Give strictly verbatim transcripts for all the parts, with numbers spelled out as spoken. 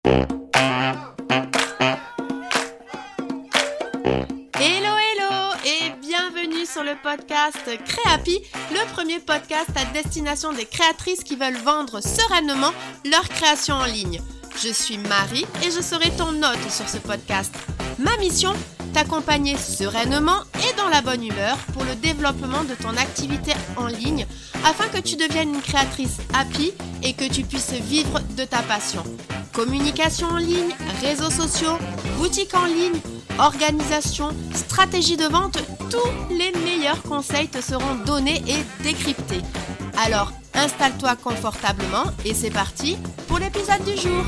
Hello hello et bienvenue sur le podcast Créapi, le premier podcast à destination des créatrices qui veulent vendre sereinement leur création en ligne. Je suis Marie et je serai ton hôte sur ce podcast. Ma mission, t'accompagner sereinement et dans la bonne humeur pour le développement de ton activité en ligne afin que tu deviennes une créatrice happy et que tu puisses vivre de ta passion. Communication en ligne, réseaux sociaux, boutique en ligne, organisation, stratégie de vente, tous les meilleurs conseils te seront donnés et décryptés. Alors, installe-toi confortablement et c'est parti pour l'épisode du jour.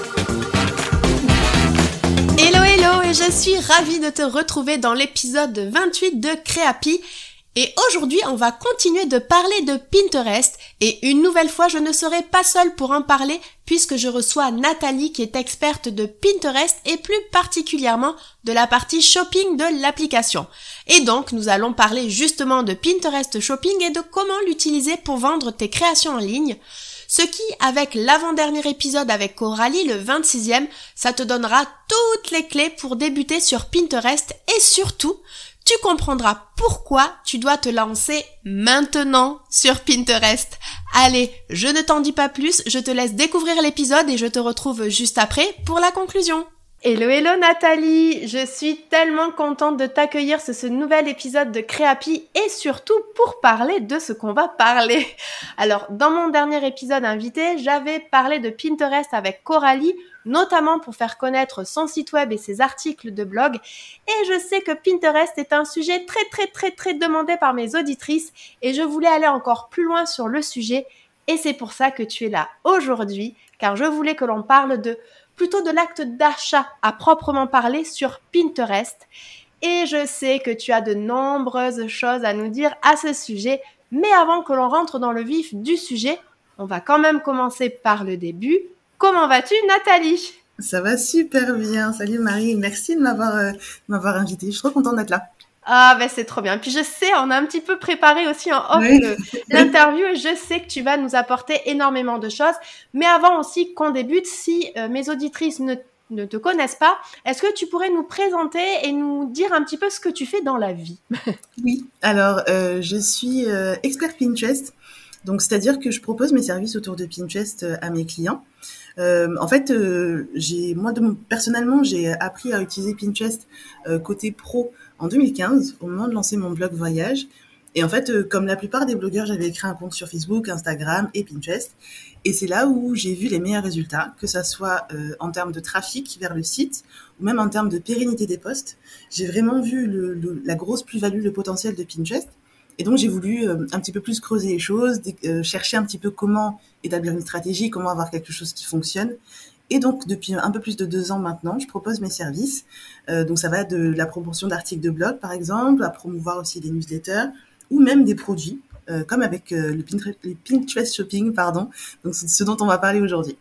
Hello hello et je suis ravie de te retrouver dans l'épisode vingt-huit de Créapi. Et aujourd'hui, on va continuer de parler de Pinterest et une nouvelle fois, je ne serai pas seule pour en parler puisque je reçois Nathalie qui est experte de Pinterest et plus particulièrement de la partie shopping de l'application. Et donc, nous allons parler justement de Pinterest Shopping et de comment l'utiliser pour vendre tes créations en ligne. Ce qui, avec l'avant-dernier épisode avec Coralie, le vingt-sixième, ça te donnera toutes les clés pour débuter sur Pinterest et surtout, tu comprendras pourquoi tu dois te lancer maintenant sur Pinterest. Allez, je ne t'en dis pas plus, je te laisse découvrir l'épisode et je te retrouve juste après pour la conclusion. Hello hello Nathalie, je suis tellement contente de t'accueillir sur ce nouvel épisode de Créapi et surtout pour parler de ce qu'on va parler. Alors, dans mon dernier épisode invité, j'avais parlé de Pinterest avec Coralie, notamment pour faire connaître son site web et ses articles de blog. Et je sais que Pinterest est un sujet très très très très demandé par mes auditrices et je voulais aller encore plus loin sur le sujet et c'est pour ça que tu es là aujourd'hui, car je voulais que l'on parle de plutôt de l'acte d'achat à proprement parler sur Pinterest. Et je sais que tu as de nombreuses choses à nous dire à ce sujet, mais avant que l'on rentre dans le vif du sujet, on va quand même commencer par le début. Comment vas-tu, Nathalie ? Ça va super bien. Salut Marie, merci de m'avoir, euh, de m'avoir invitée. Je suis trop contente d'être là. Ah ben c'est trop bien. Puis je sais, on a un petit peu préparé aussi en off Oui. le- l'interview et je sais que tu vas nous apporter énormément de choses. Mais avant aussi qu'on débute, si euh, mes auditrices ne, ne te connaissent pas, est-ce que tu pourrais nous présenter et nous dire un petit peu ce que tu fais dans la vie ? Oui, alors euh, je suis euh, expert Pinterest. Donc, c'est-à-dire que je propose mes services autour de Pinterest euh, à mes clients. Euh, en fait, euh, j'ai, moi, de mon, personnellement, j'ai appris à utiliser Pinterest euh, côté pro en deux mille quinze, au moment de lancer mon blog voyage. Et en fait, euh, comme la plupart des blogueurs, j'avais créé un compte sur Facebook, Instagram et Pinterest. Et c'est là où j'ai vu les meilleurs résultats, que ça soit euh, en termes de trafic vers le site ou même en termes de pérennité des posts. J'ai vraiment vu le, le, la grosse plus-value, le potentiel de Pinterest. Et donc, j'ai voulu euh, un petit peu plus creuser les choses, dé- euh, chercher un petit peu comment établir une stratégie, comment avoir quelque chose qui fonctionne. Et donc, depuis un peu plus de deux ans maintenant, je propose mes services. Euh, donc, ça va de la promotion d'articles de blog, par exemple, à promouvoir aussi des newsletters ou même des produits, euh, comme avec euh, le Pinterest, le Pinterest Shopping, pardon. Donc, c'est ce dont on va parler aujourd'hui.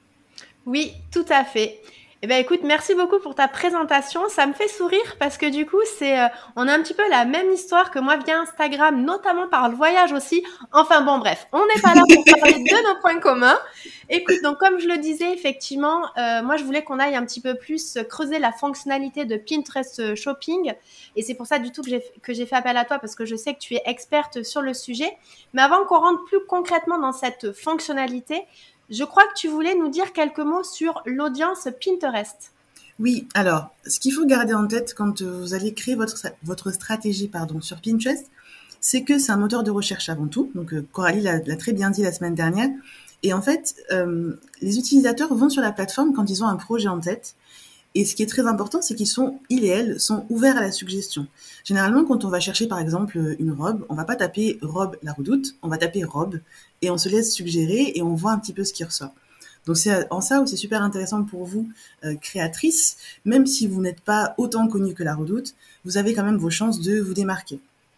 Oui, tout à fait. Eh ben écoute, merci beaucoup pour ta présentation. Ça me fait sourire parce que du coup, c'est, euh, on a un petit peu la même histoire que moi via Instagram, notamment par le voyage aussi. Enfin bon, bref, on n'est pas là pour parler de nos points communs. Écoute, donc comme je le disais, effectivement, euh, moi je voulais qu'on aille un petit peu plus creuser la fonctionnalité de Pinterest Shopping. Et c'est pour ça du tout que j'ai, que j'ai fait appel à toi parce que je sais que tu es experte sur le sujet. Mais avant qu'on rentre plus concrètement dans cette fonctionnalité, je crois que tu voulais nous dire quelques mots sur l'audience Pinterest. Oui, alors, ce qu'il faut garder en tête quand vous allez créer votre, votre stratégie pardon, sur Pinterest, c'est que c'est un moteur de recherche avant tout. Donc, euh, Coralie l'a, l'a très bien dit la semaine dernière. Et en fait, euh, les utilisateurs vont sur la plateforme quand ils ont un projet en tête. Et ce qui est très important, c'est qu'ils sont, ils et elles, sont ouverts à la suggestion. Généralement, quand on va chercher, par exemple, une robe, on va pas taper robe la redoute, on va taper robe et on se laisse suggérer et on voit un petit peu ce qui ressort. Donc, c'est en ça où c'est super intéressant pour vous, euh, créatrices, même si vous n'êtes pas autant connue que la redoute, vous avez quand même vos chances de vous démarquer.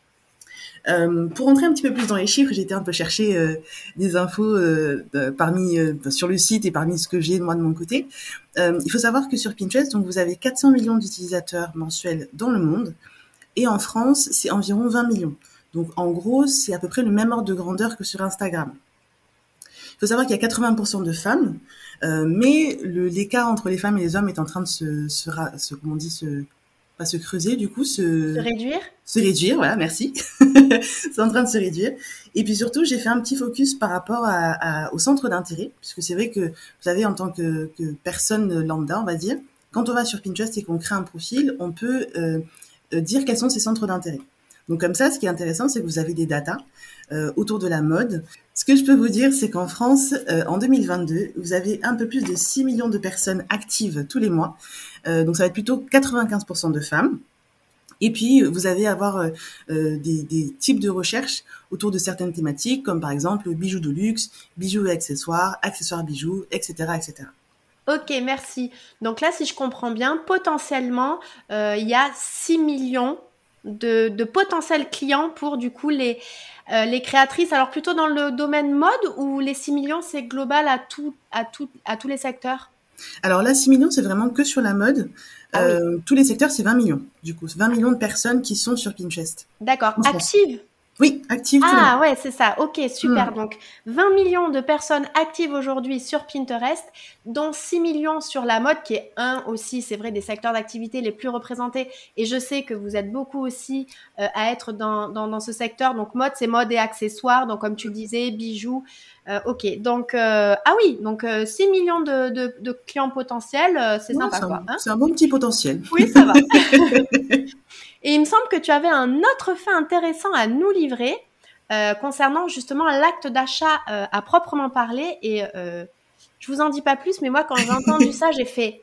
Euh, pour entrer un petit peu plus dans les chiffres, j'ai été un peu chercher euh, des infos euh, de, parmi euh, sur le site et parmi ce que j'ai moi de mon côté. Euh, il faut savoir que sur Pinterest, donc vous avez quatre cents millions d'utilisateurs mensuels dans le monde et en France, c'est environ vingt millions. Donc en gros, c'est à peu près le même ordre de grandeur que sur Instagram. Il faut savoir qu'il y a quatre-vingts pour cent de femmes, Euh, mais le, l'écart entre les femmes et les hommes est en train de se, se, ra- se comment on dit, se, pas se creuser, du coup, Se se, réduire? se réduire, voilà, merci. C'est en train de se réduire. Et puis surtout, j'ai fait un petit focus par rapport à, à, au centre d'intérêt, puisque c'est vrai que, vous savez, en tant que, que personne lambda, on va dire, quand on va sur Pinterest et qu'on crée un profil, on peut euh, euh, dire quels sont ses centres d'intérêt. Donc comme ça, ce qui est intéressant, c'est que vous avez des datas euh, autour de la mode. Ce que je peux vous dire, c'est qu'en France, euh, en deux mille vingt-deux, vous avez un peu plus de six millions de personnes actives tous les mois. Euh, donc ça va être plutôt quatre-vingt-quinze pour cent de femmes. Et puis, vous allez avoir euh, euh, des, des types de recherches autour de certaines thématiques, comme par exemple bijoux de luxe, bijoux et accessoires, accessoires bijoux, et cetera, et cetera. Ok, merci. Donc là, si je comprends bien, potentiellement, euh, il y a six millions de, de potentiels clients pour du coup les, euh, les créatrices. Alors plutôt dans le domaine mode ou les six millions, c'est global à, tout, à, tout, à tous les secteurs? Alors là, six millions, c'est vraiment que sur la mode. Ah oui, Euh, tous les secteurs, c'est vingt millions, du coup. vingt millions de personnes qui sont sur Pinterest, d'accord. en France. Active? Oui, actives tous les mois. Ah ouais, c'est ça. Ok, super. Hmm. Donc, vingt millions de personnes actives aujourd'hui sur Pinterest, dont six millions sur la mode, qui est un aussi, c'est vrai, des secteurs d'activité les plus représentés. Et je sais que vous êtes beaucoup aussi euh, à être dans, dans, dans ce secteur. Donc, mode, c'est mode et accessoires. Donc, comme tu le disais, bijoux. Euh, ok. Donc, euh, ah oui, donc euh, six millions de, de, de clients potentiels, euh, c'est Non, sympa, c'est un, quoi. Hein? c'est un bon petit potentiel. Oui, ça va. Et il me semble que tu avais un autre fait intéressant à nous livrer euh, concernant justement l'acte d'achat euh, à proprement parler. Et euh, je vous en dis pas plus, mais moi, quand j'ai entendu ça, j'ai fait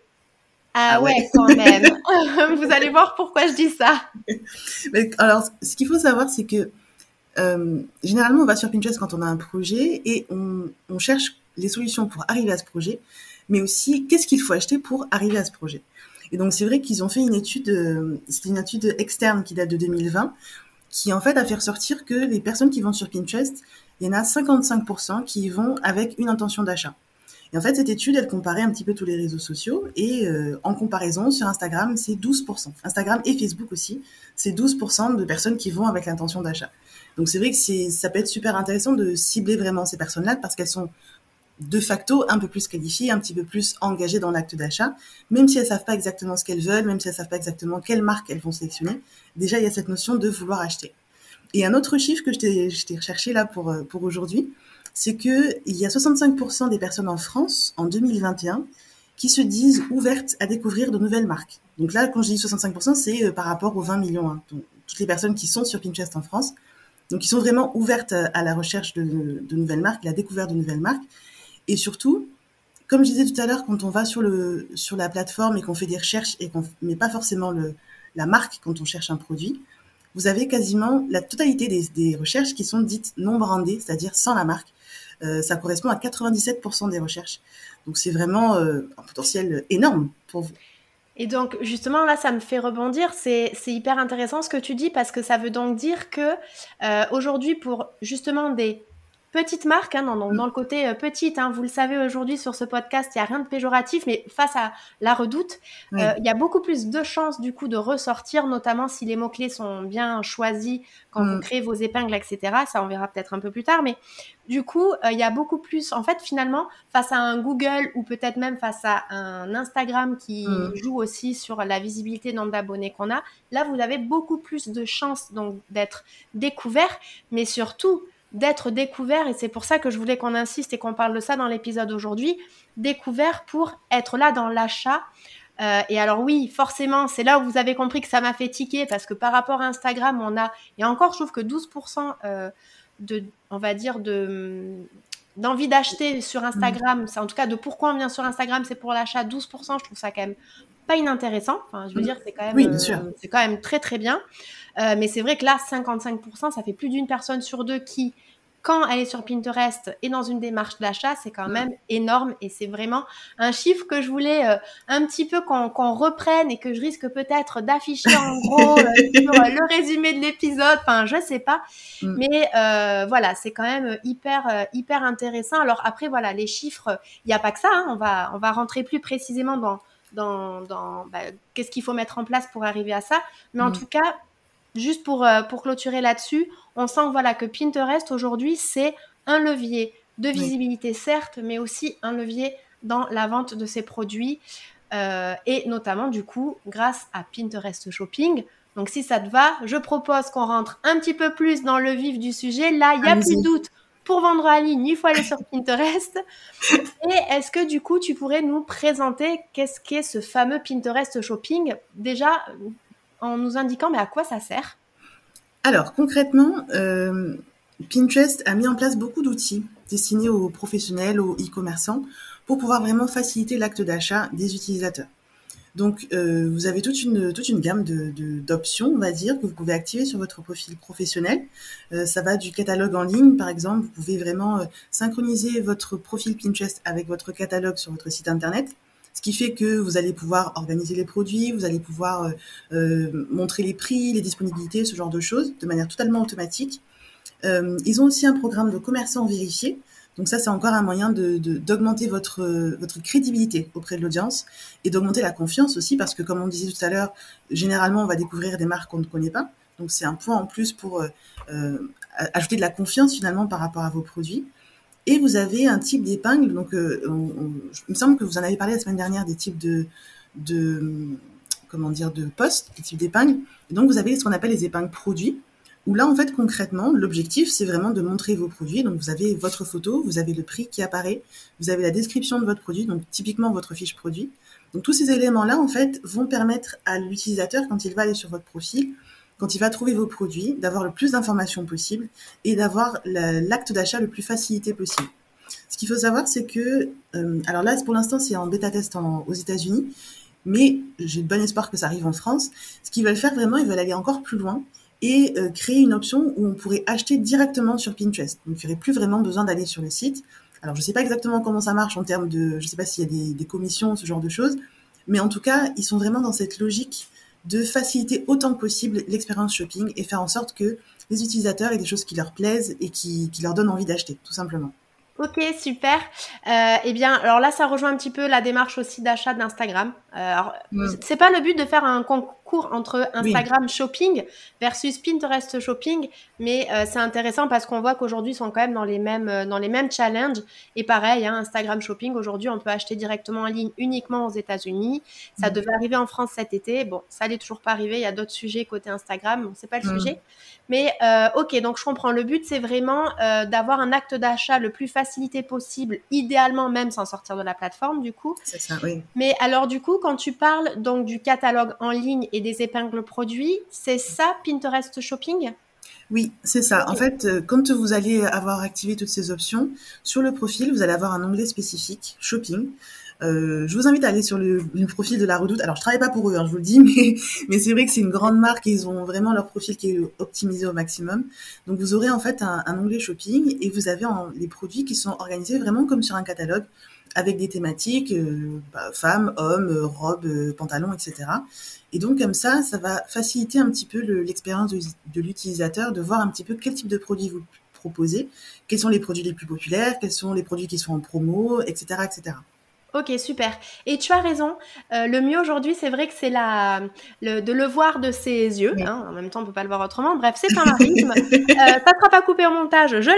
Ah ah ouais. ouais, quand même. Vous allez voir pourquoi je dis ça. Mais alors, ce qu'il faut savoir, c'est que euh, généralement, on va sur Pinterest quand on a un projet et on, on cherche les solutions pour arriver à ce projet, mais aussi qu'est-ce qu'il faut acheter pour arriver à ce projet. Et donc, c'est vrai qu'ils ont fait une étude, euh, c'était une étude externe qui date de deux mille vingt, qui en fait a fait ressortir que les personnes qui vont sur Pinterest, il y en a cinquante-cinq pour cent qui y vont avec une intention d'achat. Et en fait, cette étude, elle comparait un petit peu tous les réseaux sociaux. Et euh, en comparaison, sur Instagram, c'est douze pour cent. Instagram et Facebook aussi, c'est douze pour cent de personnes qui vont avec l'intention d'achat. Donc c'est vrai que c'est, ça peut être super intéressant de cibler vraiment ces personnes-là parce qu'elles sont de facto un peu plus qualifiées, un petit peu plus engagées dans l'acte d'achat, même si elles savent pas exactement ce qu'elles veulent, même si elles savent pas exactement quelle marque elles vont sélectionner. Déjà, il y a cette notion de vouloir acheter. Et un autre chiffre que je t'ai, je t'ai recherché là pour, pour aujourd'hui, c'est qu'il y a soixante-cinq pour cent des personnes en France, en deux mille vingt et un, qui se disent ouvertes à découvrir de nouvelles marques. Donc là, quand je dis soixante-cinq pour cent, c'est par rapport aux vingt millions. Hein. Donc, toutes les personnes qui sont sur Pinterest en France. Donc, ils sont vraiment ouvertes à la recherche de, de nouvelles marques, la découverte de nouvelles marques. Et surtout, comme je disais tout à l'heure, quand on va sur, le, sur la plateforme et qu'on fait des recherches et qu'on met pas forcément le, la marque quand on cherche un produit, vous avez quasiment la totalité des, des recherches qui sont dites non brandées, c'est-à-dire sans la marque. Euh, ça correspond à quatre-vingt-dix-sept pour cent des recherches. Donc c'est vraiment euh, un potentiel énorme pour vous. Et donc, justement, là, ça me fait rebondir. C'est, c'est hyper intéressant ce que tu dis parce que ça veut donc dire que euh, aujourd'hui, pour justement des petites marques, hein, dans, dans, dans le côté euh, petite, hein, vous le savez aujourd'hui sur ce podcast, il n'y a rien de péjoratif, mais face à la Redoute, Oui. euh, il y a beaucoup plus de chances du coup de ressortir, notamment si les mots-clés sont bien choisis quand Mm. vous créez vos épingles, et cetera. Ça, on verra peut-être un peu plus tard, mais du coup, euh, il y a beaucoup plus, en fait, finalement, face à un Google ou peut-être même face à un Instagram qui Mm. joue aussi sur la visibilité, nombre d'abonnés qu'on a, là, vous avez beaucoup plus de chances donc d'être découvert, mais surtout d'être découvert, et c'est pour ça que je voulais qu'on insiste et qu'on parle de ça dans l'épisode d'aujourd'hui, découvert pour être là dans l'achat. Euh, et alors oui, forcément, c'est là où vous avez compris que ça m'a fait tiquer, parce que par rapport à Instagram, on a, et encore, je trouve que douze pour cent euh, de, on va dire, de, d'envie d'acheter sur Instagram, c'est en tout cas de pourquoi on vient sur Instagram, c'est pour l'achat, douze pour cent, je trouve ça quand même pas inintéressant. Enfin, je veux dire, c'est quand même, Oui, bien sûr. euh, c'est quand même très très bien. Euh, mais c'est vrai que là, cinquante-cinq pour cent, ça fait plus d'une personne sur deux qui, quand elle est sur Pinterest et dans une démarche d'achat, c'est quand même énorme et c'est vraiment un chiffre que je voulais euh, un petit peu qu'on, qu'on reprenne et que je risque peut-être d'afficher en gros euh, sur euh, le résumé de l'épisode, enfin je sais pas, Mm. mais euh, voilà, c'est quand même hyper euh, hyper intéressant. Alors après voilà, les chiffres, il n'y a pas que ça, hein, on va on va rentrer plus précisément dans dans, dans bah, qu'est-ce qu'il faut mettre en place pour arriver à ça, mais en Mm. tout cas, juste pour, euh, pour clôturer là-dessus, on sent voilà, que Pinterest aujourd'hui, c'est un levier de Oui. visibilité, certes, mais aussi un levier dans la vente de ses produits euh, et notamment du coup grâce à Pinterest Shopping. Donc si ça te va, je propose qu'on rentre un petit peu plus dans le vif du sujet. Là, il n'y a plus de doute. Pour vendre en ligne, il faut aller sur Pinterest. Et est-ce que du coup, tu pourrais nous présenter qu'est-ce qu'est ce fameux Pinterest Shopping, déjà en nous indiquant mais à quoi ça sert? Alors concrètement, euh, Pinterest a mis en place beaucoup d'outils destinés aux professionnels, aux e-commerçants, pour pouvoir vraiment faciliter l'acte d'achat des utilisateurs. Donc, euh, vous avez toute une, toute une gamme de, de, d'options, on va dire, que vous pouvez activer sur votre profil professionnel. Euh, ça va du catalogue en ligne, par exemple. Vous pouvez vraiment euh, synchroniser votre profil Pinterest avec votre catalogue sur votre site internet. Ce qui fait que vous allez pouvoir organiser les produits, vous allez pouvoir euh, euh, montrer les prix, les disponibilités, ce genre de choses, de manière totalement automatique. Euh, ils ont aussi un programme de commerçants vérifiés. Donc ça, c'est encore un moyen de, de, d'augmenter votre, votre crédibilité auprès de l'audience et d'augmenter la confiance aussi parce que, comme on disait tout à l'heure, généralement, on va découvrir des marques qu'on ne connaît pas. Donc c'est un point en plus pour euh, ajouter de la confiance finalement par rapport à vos produits. Et vous avez un type d'épingle. Donc, euh, on, on, il me semble que vous en avez parlé la semaine dernière des types de, de comment dire, de postes, des types d'épingles. Et donc, vous avez ce qu'on appelle les épingles produits. Où là, en fait, concrètement, l'objectif, c'est vraiment de montrer vos produits. Donc, vous avez votre photo, vous avez le prix qui apparaît, vous avez la description de votre produit, donc typiquement votre fiche produit. Donc, tous ces éléments-là, en fait, vont permettre à l'utilisateur, quand il va aller sur votre profil, quand il va trouver vos produits, d'avoir le plus d'informations possible et d'avoir la, l'acte d'achat le plus facilité possible. Ce qu'il faut savoir, c'est que, euh, alors là, pour l'instant, c'est en bêta-test en, aux États-Unis, mais j'ai de bon espoir que ça arrive en France. Ce qu'ils veulent faire vraiment, ils veulent aller encore plus loin et euh, créer une option où on pourrait acheter directement sur Pinterest. Donc, il n'y aurait plus vraiment besoin d'aller sur le site. Alors, je ne sais pas exactement comment ça marche en termes de... Je ne sais pas s'il y a des, des commissions, ce genre de choses. Mais en tout cas, ils sont vraiment dans cette logique de faciliter autant que possible l'expérience shopping et faire en sorte que les utilisateurs aient des choses qui leur plaisent et qui, qui leur donnent envie d'acheter, tout simplement. Ok, super. Euh, eh bien, alors là, ça rejoint un petit peu la démarche aussi d'achat d'Instagram. Euh, alors, mmh. c'est pas le but de faire un concours entre Instagram oui. Shopping versus Pinterest Shopping, mais euh, c'est intéressant parce qu'on voit qu'aujourd'hui, ils sont quand même dans les mêmes, dans les mêmes challenges. Et pareil, hein, Instagram Shopping, aujourd'hui, on peut acheter directement en ligne uniquement aux États-Unis. Ça mmh. devait arriver en France cet été. Bon, ça n'est toujours pas arrivé. Il y a d'autres sujets côté Instagram. Bon, c'est pas le mmh. sujet. Mais euh, ok, donc je comprends. Le but, c'est vraiment euh, d'avoir un acte d'achat le plus facilité possible, idéalement même sans sortir de la plateforme, du coup. C'est ça, oui. Mais alors, du coup, quand tu parles donc du catalogue en ligne et des épingles produits, c'est ça Pinterest Shopping ? Oui, c'est ça. En fait, quand vous allez avoir activé toutes ces options, sur le profil, vous allez avoir un onglet spécifique, Shopping. Euh, je vous invite à aller sur le, le profil de La Redoute. Alors, je travaille pas pour eux, hein, je vous le dis, mais, mais c'est vrai que c'est une grande marque et ils ont vraiment leur profil qui est optimisé au maximum. Donc, vous aurez en fait un, un onglet shopping et vous avez en, les produits qui sont organisés vraiment comme sur un catalogue avec des thématiques, euh, bah, femmes, hommes, euh, robes, euh, pantalons, et cetera. Et donc, comme ça, ça va faciliter un petit peu le, l'expérience de, de l'utilisateur, de voir un petit peu quel type de produit vous proposez, quels sont les produits les plus populaires, quels sont les produits qui sont en promo, et cetera, et cetera. Ok, super. Et tu as raison. Euh, le mieux aujourd'hui, c'est vrai que c'est la, le, de le voir de ses yeux. Oui. Hein. En même temps, on peut pas le voir autrement. Bref, c'est un rythme. euh, ça sera pas coupé au montage, je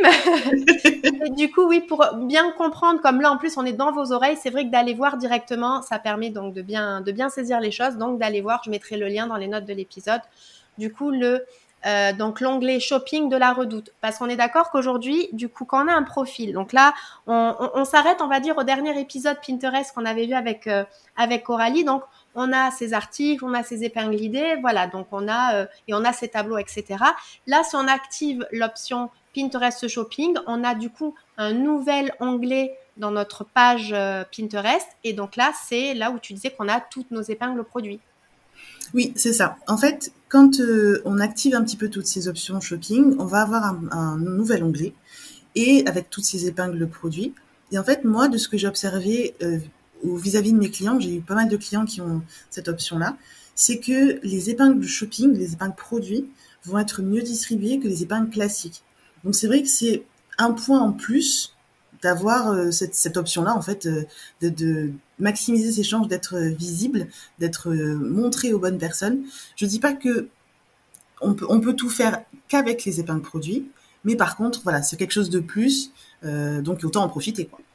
l'assume. Et du coup, oui, pour bien comprendre, comme là, en plus, on est dans vos oreilles, c'est vrai que d'aller voir directement, ça permet donc de bien, de bien saisir les choses. Donc, d'aller voir, je mettrai le lien dans les notes de l'épisode. Du coup, le... Euh, donc l'onglet shopping de La Redoute, parce qu'on est d'accord qu'aujourd'hui, du coup, quand on a un profil, donc là, on, on, on s'arrête, on va dire, au dernier épisode Pinterest qu'on avait vu avec euh, avec Coralie. Donc, on a ces articles, on a ces épingles idées, voilà. Donc, on a euh, et on a ces tableaux, et cetera. Là, si on active l'option Pinterest Shopping, on a du coup un nouvel onglet dans notre page euh, Pinterest. Et donc là, c'est là où tu disais qu'on a toutes nos épingles produits. Oui, c'est ça. En fait, quand euh, on active un petit peu toutes ces options shopping, on va avoir un, un nouvel onglet et avec toutes ces épingles produits. Et en fait, moi, de ce que j'ai observé euh, vis-à-vis de mes clients, j'ai eu pas mal de clients qui ont cette option-là, c'est que les épingles shopping, les épingles produits, vont être mieux distribuées que les épingles classiques. Donc, c'est vrai que c'est un point en plus d'avoir euh, cette, cette option-là, en fait, euh, de, de maximiser ses chances d'être visible, d'être euh, montré aux bonnes personnes. Je dis pas que on peut, on peut tout faire qu'avec les épingles produits, mais par contre, voilà, c'est quelque chose de plus, euh, donc autant en profiter, quoi.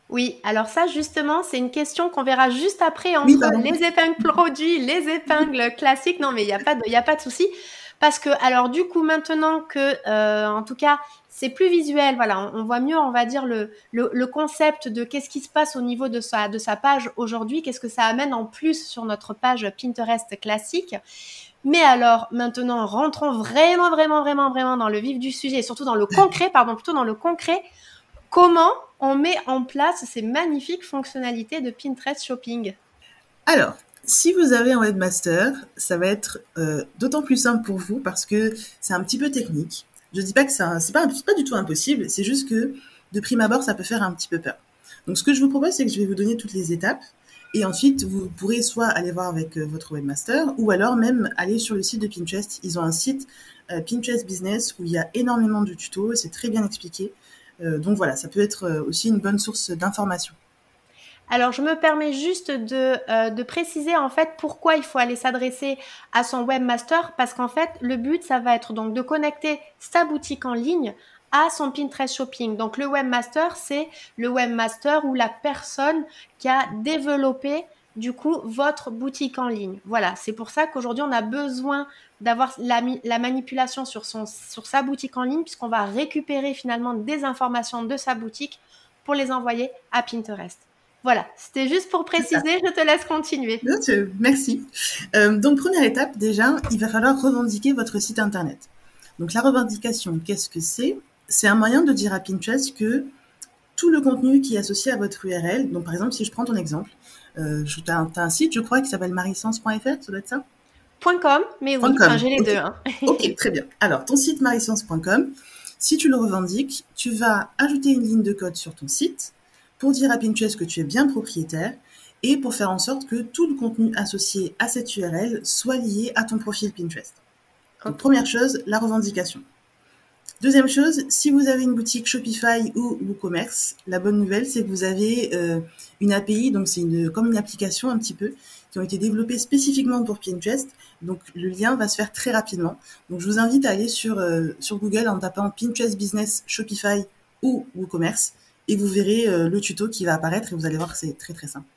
Oui, alors ça justement, c'est une question qu'on verra juste après Oui, entre pardon. les épingles produits, les épingles classiques. Non, mais il y a pas de, il y a pas de souci parce que alors du coup maintenant que, euh, en tout cas, c'est plus visuel. Voilà, on, on voit mieux, on va dire le, le le concept de qu'est-ce qui se passe au niveau de sa de sa page aujourd'hui, qu'est-ce que ça amène en plus sur notre page Pinterest classique. Mais alors maintenant, rentrons vraiment, vraiment, vraiment, vraiment dans le vif du sujet, et surtout dans le concret, pardon, plutôt dans le concret. Comment on met en place ces magnifiques fonctionnalités de Pinterest Shopping? Alors, si vous avez un webmaster, ça va être euh, d'autant plus simple pour vous parce que c'est un petit peu technique. Je dis pas que ça, c'est pas, c'est pas du tout impossible, c'est juste que de prime abord, ça peut faire un petit peu peur. Donc, ce que je vous propose, c'est que je vais vous donner toutes les étapes et ensuite, vous pourrez soit aller voir avec euh, votre webmaster ou alors même aller sur le site de Pinterest. Ils ont un site euh, Pinterest Business où il y a énormément de tutos et c'est très bien expliqué. Euh, donc voilà, ça peut être euh, aussi une bonne source d'information. Alors, je me permets juste de, euh, de préciser en fait pourquoi il faut aller s'adresser à son webmaster parce qu'en fait, le but, ça va être donc de connecter sa boutique en ligne à son Pinterest Shopping. Donc, le webmaster, c'est le webmaster ou la personne qui a développé du coup votre boutique en ligne. Voilà, c'est pour ça qu'aujourd'hui, on a besoin d'avoir la, la manipulation sur, son, sur sa boutique en ligne puisqu'on va récupérer finalement des informations de sa boutique pour les envoyer à Pinterest. Voilà, c'était juste pour C'est ça. préciser, je te laisse continuer. Bien sûr, merci. Euh, donc, première étape, déjà, il va falloir revendiquer votre site internet. Donc, la revendication, qu'est-ce que c'est? C'est un moyen de dire à Pinterest que tout le contenu qui est associé à votre U R L, donc par exemple, si je prends ton exemple, euh, tu as un, un site, je crois, qui s'appelle marisens point f r, ça doit être ça? .com, mais oui, enfin .com, j'ai les ok. deux. Hein. Ok, très bien. Alors, ton site marisens point com, si tu le revendiques, tu vas ajouter une ligne de code sur ton site pour dire à Pinterest que tu es bien propriétaire et pour faire en sorte que tout le contenu associé à cette U R L soit lié à ton profil Pinterest. Donc, Ok. première chose, la revendication. Deuxième chose, si vous avez une boutique Shopify ou WooCommerce, la bonne nouvelle, c'est que vous avez euh, une A P I, donc c'est une, comme une application un petit peu, qui ont été développées spécifiquement pour Pinterest. Donc le lien va se faire très rapidement. Donc je vous invite à aller sur, euh, sur Google en tapant Pinterest Business Shopify ou WooCommerce et vous verrez euh, le tuto qui va apparaître et vous allez voir que c'est très très simple.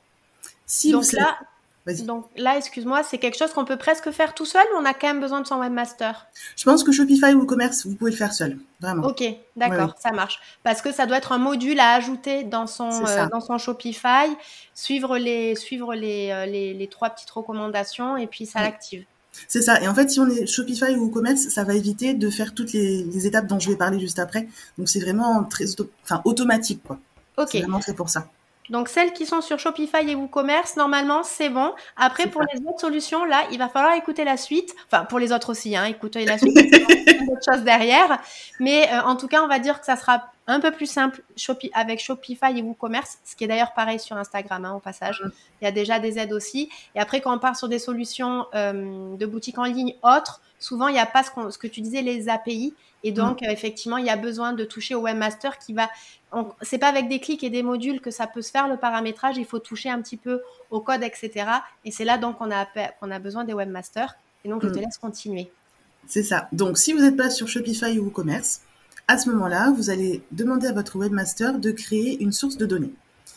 Si vous Donc savez... là, Vas-y. donc là, excuse-moi, c'est quelque chose qu'on peut presque faire tout seul ou on a quand même besoin de son webmaster? Je pense que Shopify ou WooCommerce, vous pouvez le faire seul, vraiment. Ok, Oui, oui, d'accord, ça marche. Parce que ça doit être un module à ajouter dans son, c'est euh, ça. dans son Shopify, suivre les, suivre les, euh, les, les trois petites recommandations et puis ça Mm. l'active. C'est ça. Et en fait, si on est Shopify ou WooCommerce, ça va éviter de faire toutes les, les étapes dont je vais parler juste après. Donc, c'est vraiment très auto- enfin, automatique, quoi. Ok, C'est vraiment fait pour ça. donc celles qui sont sur Shopify et WooCommerce, normalement, c'est bon. Après, C'est pour ça. les autres solutions, là, il va falloir écouter la suite. Enfin, pour les autres aussi, hein, écouter la suite, parce qu'il y a plein d'autres choses derrière. Mais euh, en tout cas, on va dire que ça sera un peu plus simple Shopi- avec Shopify et WooCommerce, ce qui est d'ailleurs pareil sur Instagram, hein, au passage. Il y a déjà des aides aussi. Et après, quand on part sur des solutions euh, de boutique en ligne autres, souvent, il n'y a pas ce, qu'on- ce que tu disais, les A P I. Et donc, Mm. euh, effectivement, il y a besoin de toucher au webmaster qui va on, c'est pas avec des clics et des modules que ça peut se faire le paramétrage, il faut toucher un petit peu au code, et cetera. Et c'est là donc qu'on a, qu'on a besoin des webmasters. Et donc je te Mm. laisse continuer. C'est ça. Donc, si vous n'êtes pas sur Shopify ou WooCommerce, à ce moment-là, vous allez demander à votre webmaster de créer une source de données.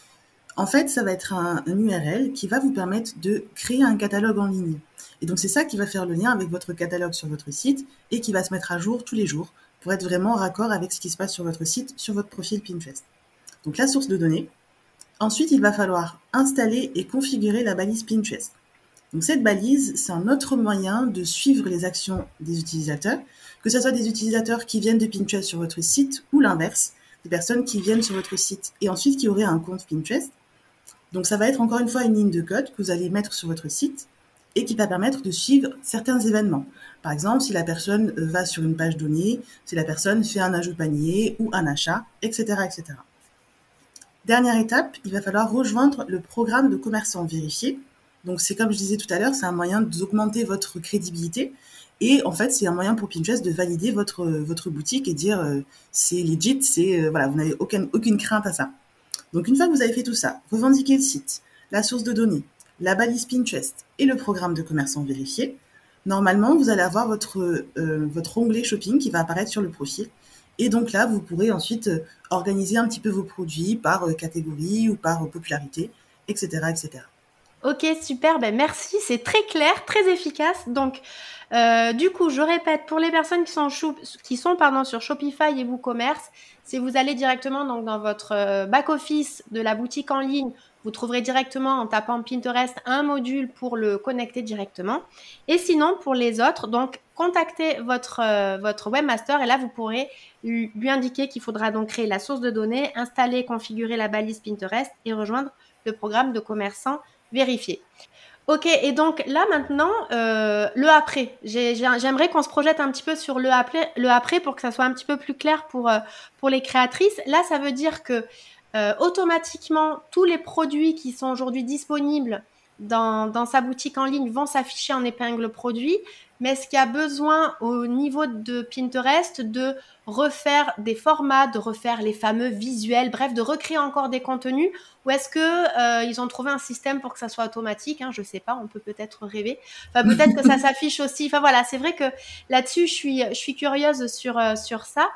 En fait, ça va être un, un U R L qui va vous permettre de créer un catalogue en ligne. Et donc, c'est ça qui va faire le lien avec votre catalogue sur votre site et qui va se mettre à jour tous les jours pour être vraiment en raccord avec ce qui se passe sur votre site, sur votre profil Pinterest. Donc, la source de données. Ensuite, il va falloir installer et configurer la balise Pinterest. Donc, cette balise, c'est un autre moyen de suivre les actions des utilisateurs, que ce soit des utilisateurs qui viennent de Pinterest sur votre site ou l'inverse, des personnes qui viennent sur votre site et ensuite qui auraient un compte Pinterest. Donc, ça va être encore une fois une ligne de code que vous allez mettre sur votre site et qui va permettre de suivre certains événements. Par exemple, si la personne va sur une page donnée, si la personne fait un ajout panier ou un achat, et cetera, et cetera. Dernière étape, il va falloir rejoindre le programme de commerçant vérifié. Donc, c'est comme je disais tout à l'heure, c'est un moyen d'augmenter votre crédibilité. Et en fait, c'est un moyen pour Pinterest de valider votre, votre boutique et dire euh, c'est legit, c'est, euh, voilà, vous n'avez aucune, aucune crainte à ça. Donc, une fois que vous avez fait tout ça, revendiquez le site, la source de données, la balise Pinterest et le programme de commerçant vérifié, normalement, vous allez avoir votre, euh, votre onglet shopping qui va apparaître sur le profil Et donc là, vous pourrez ensuite euh, organiser un petit peu vos produits par euh, catégorie ou par euh, popularité, et cetera, et cetera. Ok, super, ben merci, c'est très clair, très efficace. Donc, euh, du coup, je répète, pour les personnes qui sont, chou- qui sont pardon, sur Shopify et WooCommerce, si vous allez directement donc, dans votre euh, back-office de la boutique en ligne, vous trouverez directement en tapant Pinterest un module pour le connecter directement. Et sinon, pour les autres, donc contactez votre, euh, votre webmaster et là, vous pourrez lui, lui indiquer qu'il faudra donc créer la source de données, installer et configurer la balise Pinterest et rejoindre le programme de commerçant vérifié. Ok, et donc là maintenant, euh, le après. J'ai- j'ai- j'aimerais qu'on se projette un petit peu sur le après, le après pour que ça soit un petit peu plus clair pour, euh, pour les créatrices. Là, ça veut dire que euh, automatiquement, tous les produits qui sont aujourd'hui disponibles dans, dans sa boutique en ligne vont s'afficher en épingle produit. Mais est-ce qu'il y a besoin au niveau de Pinterest de refaire des formats, de refaire les fameux visuels, bref, de recréer encore des contenus? Ou est-ce que euh, ils ont trouvé un système pour que ça soit automatique, hein, je sais pas, on peut peut-être rêver. Enfin, peut-être que ça s'affiche aussi. Enfin voilà, c'est vrai que là-dessus, je suis, je suis curieuse sur euh, sur ça.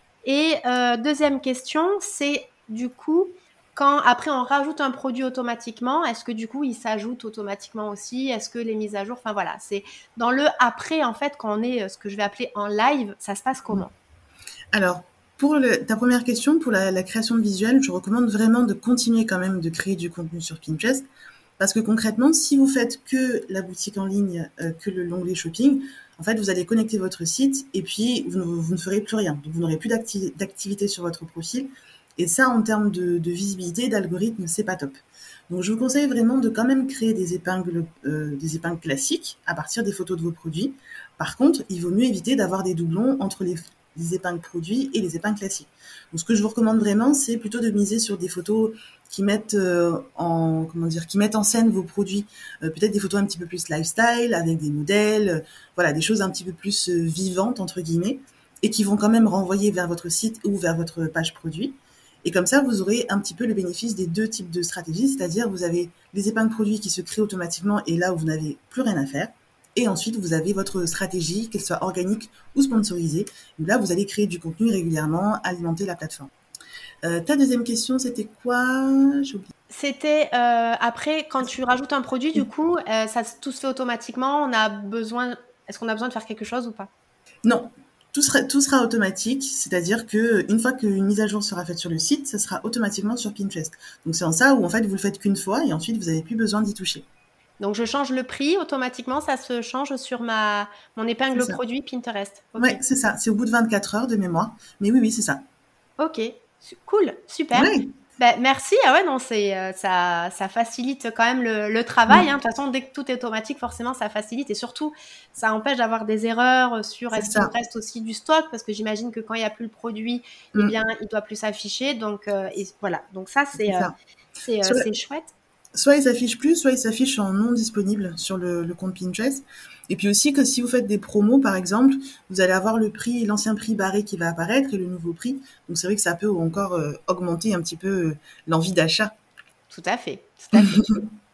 Et euh, deuxième question, c'est du coup quand après on rajoute un produit automatiquement, est-ce que du coup il s'ajoute automatiquement aussi? Est-ce que les mises à jour, enfin voilà, c'est dans le après en fait quand on est euh, ce que je vais appeler en live, ça se passe comment? Alors, pour le- ta première question, pour la, la création de visuels, je recommande vraiment de continuer quand même de créer du contenu sur Pinterest. Parce que concrètement, si vous faites que la boutique en ligne, euh, que le l'onglet shopping, en fait, vous allez connecter votre site et puis vous ne, vous ne ferez plus rien. Donc, vous n'aurez plus d'acti- d'activité sur votre profil. Et ça, en termes de, de visibilité, d'algorithme, c'est pas top. Donc, je vous conseille vraiment de quand même créer des épingles, euh, des épingles classiques à partir des photos de vos produits. Par contre, il vaut mieux éviter d'avoir des doublons entre les, les épingles produits et les épingles classiques. Donc, ce que je vous recommande vraiment, c'est plutôt de miser sur des photos qui mettent euh, en comment dire, qui mettent en scène vos produits, euh, peut-être des photos un petit peu plus lifestyle avec des modèles, euh, voilà, des choses un petit peu plus euh, vivantes entre guillemets, et qui vont quand même renvoyer vers votre site ou vers votre page produit. Et comme ça, vous aurez un petit peu le bénéfice des deux types de stratégies, c'est-à-dire vous avez les épingles produits qui se créent automatiquement et là où vous n'avez plus rien à faire. Et ensuite, vous avez votre stratégie, qu'elle soit organique ou sponsorisée. Où là, vous allez créer du contenu régulièrement, alimenter la plateforme. Euh, ta deuxième question, c'était quoi? J'ai oublié. C'était euh, après quand tu rajoutes un produit, du coup, euh, ça tout se fait automatiquement. On a besoin, est-ce qu'on a besoin de faire quelque chose ou pas? Non, tout sera, tout sera automatique, c'est-à-dire que une fois qu'une mise à jour sera faite sur le site, ça sera automatiquement sur Pinterest. Donc c'est en ça où en fait vous le faites qu'une fois et ensuite vous n'avez plus besoin d'y toucher. Donc je change le prix automatiquement, ça se change sur ma mon C'est épingle ça. produit Pinterest. Ok, Ouais, c'est ça. C'est au bout de vingt-quatre heures de mémoire. Mais oui, oui, c'est ça. ok, Su- cool, super. Ouais. Ben, merci. Ah ouais, non, c'est euh, ça, ça facilite quand même le, le travail. Hein. Mm, De toute façon, dès que tout est automatique, forcément, ça facilite et surtout, ça empêche d'avoir des erreurs sur c'est est-ce qu'il me ça. reste aussi du stock parce que j'imagine que quand il n'y a plus le produit, eh Mm, bien, il doit plus s'afficher. Donc euh, et voilà. Donc ça, c'est c'est euh, ça. c'est euh, Sur c'est chouette. Soit il s'affiche plus, soit il s'affiche en non disponible sur le, le compte Pinterest. Et puis aussi que si vous faites des promos, par exemple, vous allez avoir le prix, l'ancien prix barré qui va apparaître et le nouveau prix. Donc c'est vrai que ça peut encore euh, augmenter un petit peu euh, l'envie d'achat. Tout à fait, tout à fait.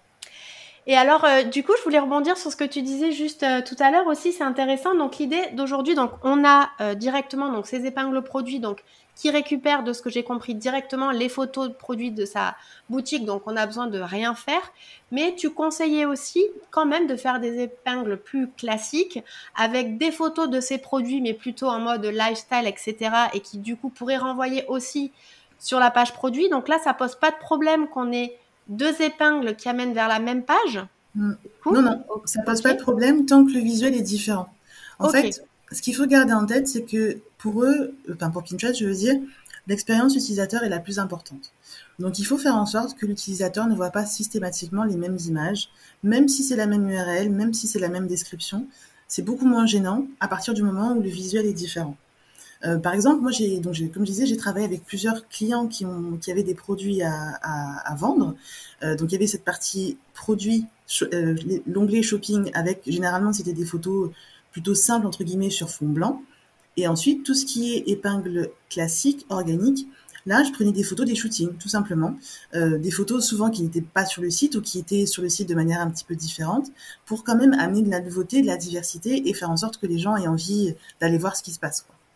Et alors, euh, du coup, je voulais rebondir sur ce que tu disais juste euh, tout à l'heure aussi, c'est intéressant. Donc, l'idée d'aujourd'hui, donc, on a euh, directement donc ces épingles produits, donc qui récupèrent, de ce que j'ai compris, directement les photos de produits de sa boutique. Donc, on a besoin de rien faire. Mais tu conseillais aussi quand même de faire des épingles plus classiques avec des photos de ces produits, mais plutôt en mode lifestyle, et cetera. Et qui, du coup, pourraient renvoyer aussi sur la page produit. Donc là, ça pose pas de problème qu'on ait deux épingles qui amènent vers la même page. Mm. Du coup, Non, non, o- ça pose ok, pas de problème tant que le visuel est différent. En ok, fait, ce qu'il faut garder en tête, c'est que pour eux, enfin pour Pinterest, je veux dire, l'expérience utilisateur est la plus importante. Donc il faut faire en sorte que l'utilisateur ne voit pas systématiquement les mêmes images, même si c'est la même U R L, même si c'est la même description. C'est beaucoup moins gênant à partir du moment où le visuel est différent. Euh, par exemple, moi, j'ai, donc j'ai, comme je disais, j'ai travaillé avec plusieurs clients qui, ont, qui avaient des produits à, à, à vendre. Euh, donc, il y avait cette partie produits, euh, l'onglet shopping avec, généralement, c'était des photos plutôt simples, entre guillemets, sur fond blanc. Et ensuite, tout ce qui est épingle classique, organique, là, je prenais des photos des shootings, tout simplement. Euh, des photos souvent qui n'étaient pas sur le site ou qui étaient sur le site de manière un petit peu différente pour quand même amener de la nouveauté, de la diversité et faire en sorte que les gens aient envie d'aller voir ce qui se passe, quoi.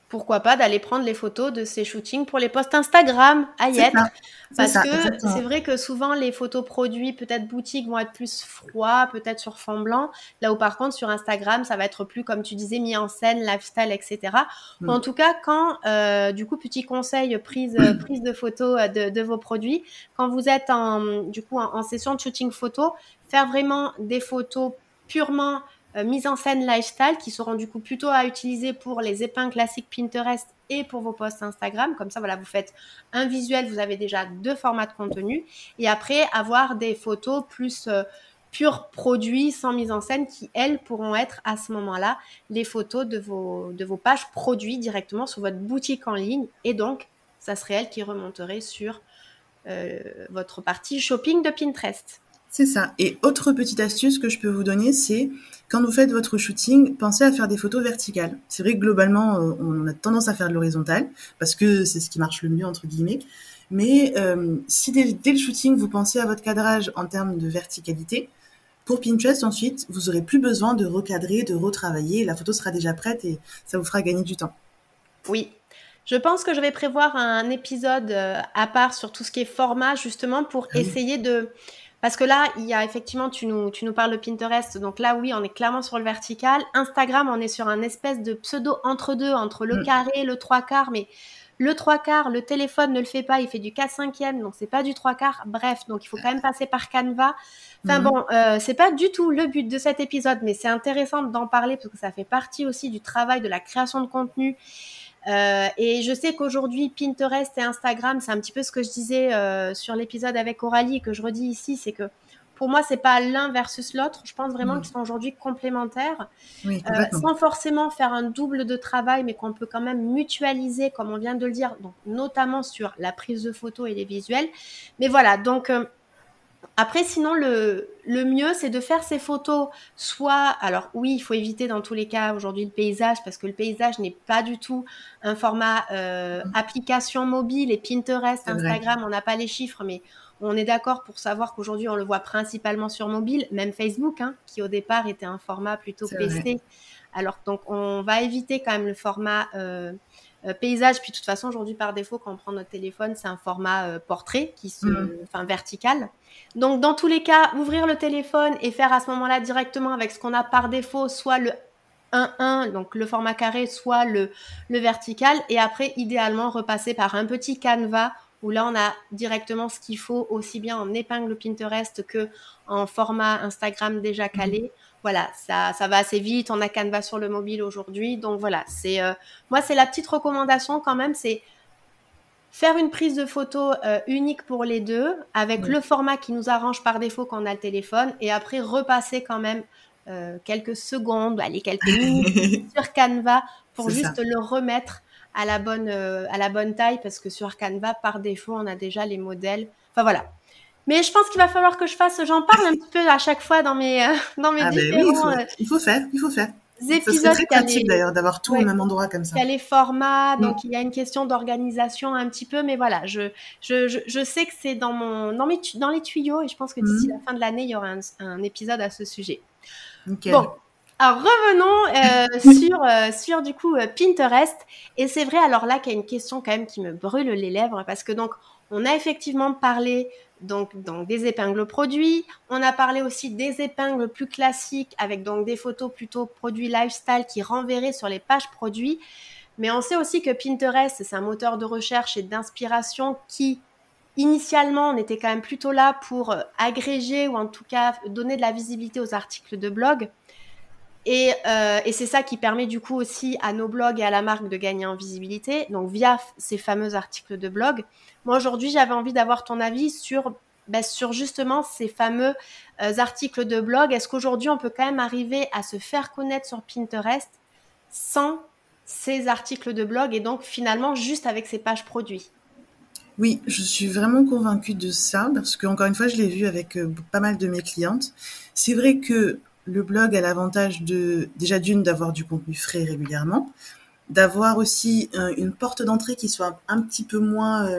pourquoi pas d'aller prendre les photos de ces shootings pour les posts Instagram à y être. Parce ça, que exactement. C'est vrai que souvent les photos produits, peut-être boutiques, vont être plus froids, peut-être sur fond blanc. Là où par contre sur Instagram, ça va être plus, comme tu disais, mis en scène, lifestyle, et cetera. Mm. Ou en tout cas, quand, euh, du coup, petit conseil, prise, prise de photos de, de vos produits, quand vous êtes en, du coup, en, en session de shooting photo, faire vraiment des photos purement Euh, mise en scène lifestyle qui seront du coup plutôt à utiliser pour les épingles classiques Pinterest et pour vos posts Instagram. Comme ça, voilà, vous faites un visuel, vous avez déjà deux formats de contenu. Et après, avoir des photos plus euh, purs produits, sans mise en scène, qui, elles, pourront être à ce moment-là les photos de vos, de vos pages produits directement sur votre boutique en ligne. Et donc, ça serait elles qui remonteraient sur euh, votre partie shopping de Pinterest. C'est ça. Et autre petite astuce que je peux vous donner, c'est quand vous faites votre shooting, pensez à faire des photos verticales. C'est vrai que globalement, euh, on a tendance à faire de l'horizontal parce que c'est ce qui marche le mieux, entre guillemets. Mais euh, si dès, dès le shooting, vous pensez à votre cadrage en termes de verticalité, pour Pinterest, ensuite, vous aurez plus besoin de recadrer, de retravailler. La photo sera déjà prête et ça vous fera gagner du temps. Oui. Je pense que je vais prévoir un épisode euh, à part sur tout ce qui est format, justement, pour Ah oui. essayer de... Parce que là, il y a effectivement, tu nous, tu nous parles de Pinterest, donc là, oui, on est clairement sur le vertical. Instagram, on est sur un espèce de pseudo entre-deux, entre le Mm. carré, le trois quarts, mais le trois quarts, le téléphone ne le fait pas, il fait du quatre cinquième, donc c'est pas du trois quarts. Bref, donc il faut quand même passer par Canva. Enfin Mhm. bon, euh, c'est pas du tout le but de cet épisode, mais c'est intéressant d'en parler parce que ça fait partie aussi du travail de la création de contenu. Euh, et je sais qu'aujourd'hui, Pinterest et Instagram, c'est un petit peu ce que je disais euh, sur l'épisode avec Aurélie et que je redis ici, c'est que pour moi, c'est pas l'un versus l'autre. Je pense vraiment Mhm. qu'ils sont aujourd'hui complémentaires, Oui, euh, complètement. sans forcément faire un double de travail, mais qu'on peut quand même mutualiser, comme on vient de le dire, donc notamment sur la prise de photos et les visuels. Mais voilà, donc... Euh, après, sinon, le, le mieux, c'est de faire ces photos, soit, alors oui, il faut éviter dans tous les cas aujourd'hui le paysage, parce que le paysage n'est pas du tout un format euh, application mobile, et Pinterest, C'est vrai. Instagram, on n'a pas les chiffres, mais on est d'accord pour savoir qu'aujourd'hui, on le voit principalement sur mobile, même Facebook, hein, qui au départ était un format plutôt C'est P vrai. C. Alors, donc, on va éviter quand même le format euh, euh, paysage. Puis, de toute façon, aujourd'hui, par défaut, quand on prend notre téléphone, c'est un format euh, portrait, qui se, Mhm. enfin, vertical. Donc, dans tous les cas, ouvrir le téléphone et faire à ce moment-là directement avec ce qu'on a par défaut, soit le un un, donc le format carré, soit le, le vertical. Et après, idéalement, repasser par un petit canevas où là, on a directement ce qu'il faut, aussi bien en épingle Pinterest que en format Instagram déjà calé. Mhm. Voilà, ça, ça va assez vite. On a Canva sur le mobile aujourd'hui. Donc voilà, c'est euh, moi, c'est la petite recommandation quand même, c'est faire une prise de photo euh, unique pour les deux, avec Oui. le format qui nous arrange par défaut quand on a le téléphone, et après repasser quand même euh, quelques secondes, allez, quelques minutes sur Canva pour C'est ça. juste le remettre à la bonne, euh, à la bonne taille, parce que sur Canva, par défaut, on a déjà les modèles. Enfin voilà. Mais je pense qu'il va falloir que je fasse, j'en parle un petit peu à chaque fois dans mes, euh, dans mes Ah ben oui, il différents faut, euh, il faut faire, il faut faire. Ça serait épisodes très qu'il y a les, pratique d'ailleurs d'avoir tout au ouais, même endroit comme ça. il y a les formats, Mm. donc il y a une question d'organisation un petit peu, mais voilà, je, je, je, je sais que c'est dans, mon, dans, mes, dans les tuyaux, et je pense que d'ici la Mm. fin de l'année, il y aura un, un épisode à ce sujet. Nickel. Bon, alors revenons euh, sur, euh, sur du coup euh, Pinterest, et c'est vrai alors là qu'il y a une question quand même qui me brûle les lèvres, parce que donc on a effectivement parlé donc, donc des épingles produits, on a parlé aussi des épingles plus classiques avec donc des photos plutôt produits lifestyle qui renverraient sur les pages produits, mais on sait aussi que Pinterest, c'est un moteur de recherche et d'inspiration qui, initialement, on était quand même plutôt là pour euh, agréger ou en tout cas donner de la visibilité aux articles de blog. Et, euh, et c'est ça qui permet du coup aussi à nos blogs et à la marque de gagner en visibilité, donc via f- ces fameux articles de blog. Moi aujourd'hui, j'avais envie d'avoir ton avis sur, ben, sur justement ces fameux euh, articles de blog. Est-ce qu'aujourd'hui, on peut quand même arriver à se faire connaître sur Pinterest sans ces articles de blog et donc finalement juste avec ces pages produits? Oui, je suis vraiment convaincue de ça parce que encore une fois, je l'ai vu avec euh, pas mal de mes clientes. C'est vrai que le blog a l'avantage de déjà d'une d'avoir du contenu frais régulièrement, d'avoir aussi euh, une porte d'entrée qui soit un petit peu moins euh,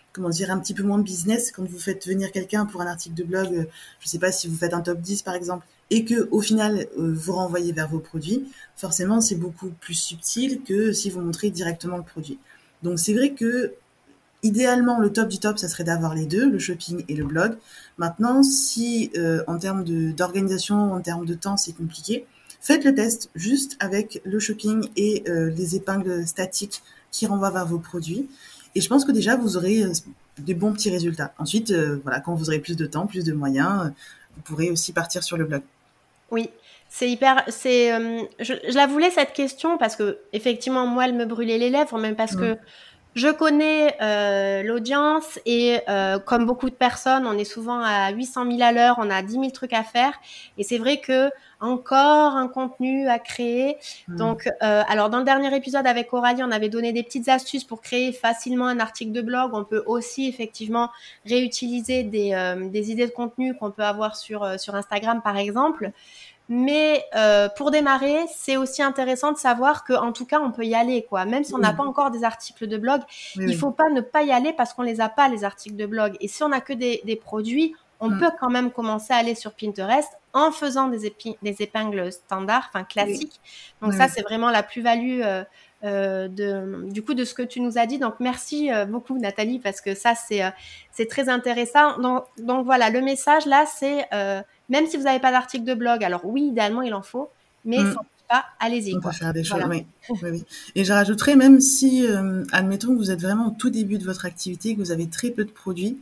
comment dire, un petit peu moins business quand vous faites venir quelqu'un pour un article de blog, euh, je sais pas si vous faites un top dix par exemple, et que au final euh, vous renvoyez vers vos produits, forcément c'est beaucoup plus subtil que si vous montrez directement le produit. Donc c'est vrai que idéalement le top du top, ça serait d'avoir les deux, le shopping et le blog. Maintenant, si euh, en termes de, d'organisation, en termes de temps, c'est compliqué, faites le test juste avec le shopping et euh, les épingles statiques qui renvoient vers vos produits. Et je pense que déjà, vous aurez euh, des bons petits résultats. Ensuite, euh, voilà, quand vous aurez plus de temps, plus de moyens, euh, vous pourrez aussi partir sur le blog. Oui, c'est hyper. C'est, euh, je, je la voulais cette question parce que effectivement, moi, elle me brûlait les lèvres, même parce Mmh. que je connais euh, l'audience et euh, comme beaucoup de personnes, on est souvent à huit cent mille à l'heure, on a dix mille trucs à faire et c'est vrai que encore un contenu à créer. Mmh. Donc, euh, alors dans le dernier épisode avec Aurélie, on avait donné des petites astuces pour créer facilement un article de blog. On peut aussi effectivement réutiliser des, euh, des idées de contenu qu'on peut avoir sur, euh, sur Instagram par exemple. Mais euh, pour démarrer, c'est aussi intéressant de savoir qu'en tout cas, on peut y aller, quoi. Même si on n'a Oui, pas encore des articles de blog, oui, il oui. faut pas ne pas y aller parce qu'on les a pas, les articles de blog. Et si on a que des, des produits, on Mmh. peut quand même commencer à aller sur Pinterest en faisant des, épi- des épingles standards, enfin Oui, classiques. Donc oui, ça, oui. c'est vraiment la plus-value euh, euh, de, du coup de ce que tu nous as dit. Donc merci euh, beaucoup, Nathalie, parce que ça, c'est euh, c'est très intéressant. Donc, donc voilà, le message là, c'est euh, même si vous n'avez pas d'article de blog, alors oui, idéalement, il en faut, mais Mmh. sans pas, allez-y, On peut quoi. faire des choses, Voilà. oui. Oui, oui. Et je rajouterais, même si, euh, admettons que vous êtes vraiment au tout début de votre activité, que vous avez très peu de produits,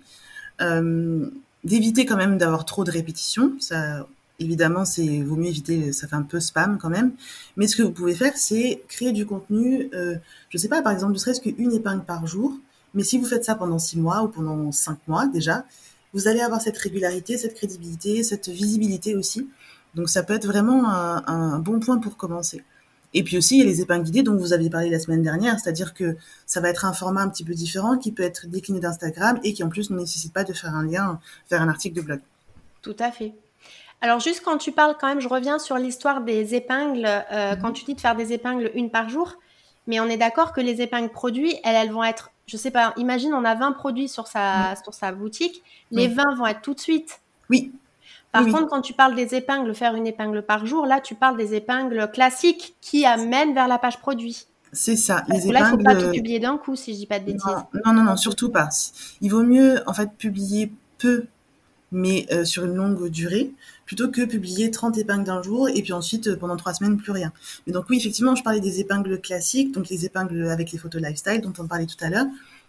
euh, d'éviter quand même d'avoir trop de répétitions. Ça, évidemment, c'est vaut mieux éviter, ça fait un peu spam quand même. Mais ce que vous pouvez faire, c'est créer du contenu. Euh, je sais pas, par exemple, ne serait-ce qu'une épingle par jour. Mais si vous faites ça pendant six mois ou pendant cinq mois déjà, vous allez avoir cette régularité, cette crédibilité, cette visibilité aussi. Donc ça peut être vraiment un, un bon point pour commencer. Et puis aussi, il y a les épingles guidées dont vous aviez parlé la semaine dernière, c'est-à-dire que ça va être un format un petit peu différent qui peut être décliné d'Instagram et qui en plus ne nécessite pas de faire un lien vers un article de blog. Tout à fait. Alors juste quand tu parles quand même, je reviens sur l'histoire des épingles, euh, quand tu dis de faire des épingles une par jour, mais on est d'accord que les épingles produits, elles, elles vont être, je sais pas, imagine on a vingt produits sur sa, Mm. sur sa boutique, les Oui, vingt vont être tout de suite. oui, oui, Par oui, contre, quand tu parles des épingles, faire une épingle par jour, là tu parles des épingles classiques qui amènent vers la page produit. c'est ça. Parce Les que là, il faut pas tout épingles, publier d'un coup, si je dis pas de bêtises. non, non, non, non, surtout pas. Il vaut mieux en fait publier peu mais euh, sur une longue durée, plutôt que publier trente épingles d'un jour et puis ensuite, euh, pendant trois semaines, plus rien. Mais donc oui, effectivement, je parlais des épingles classiques, donc les épingles avec les photos lifestyle dont on parlait tout à l'heure.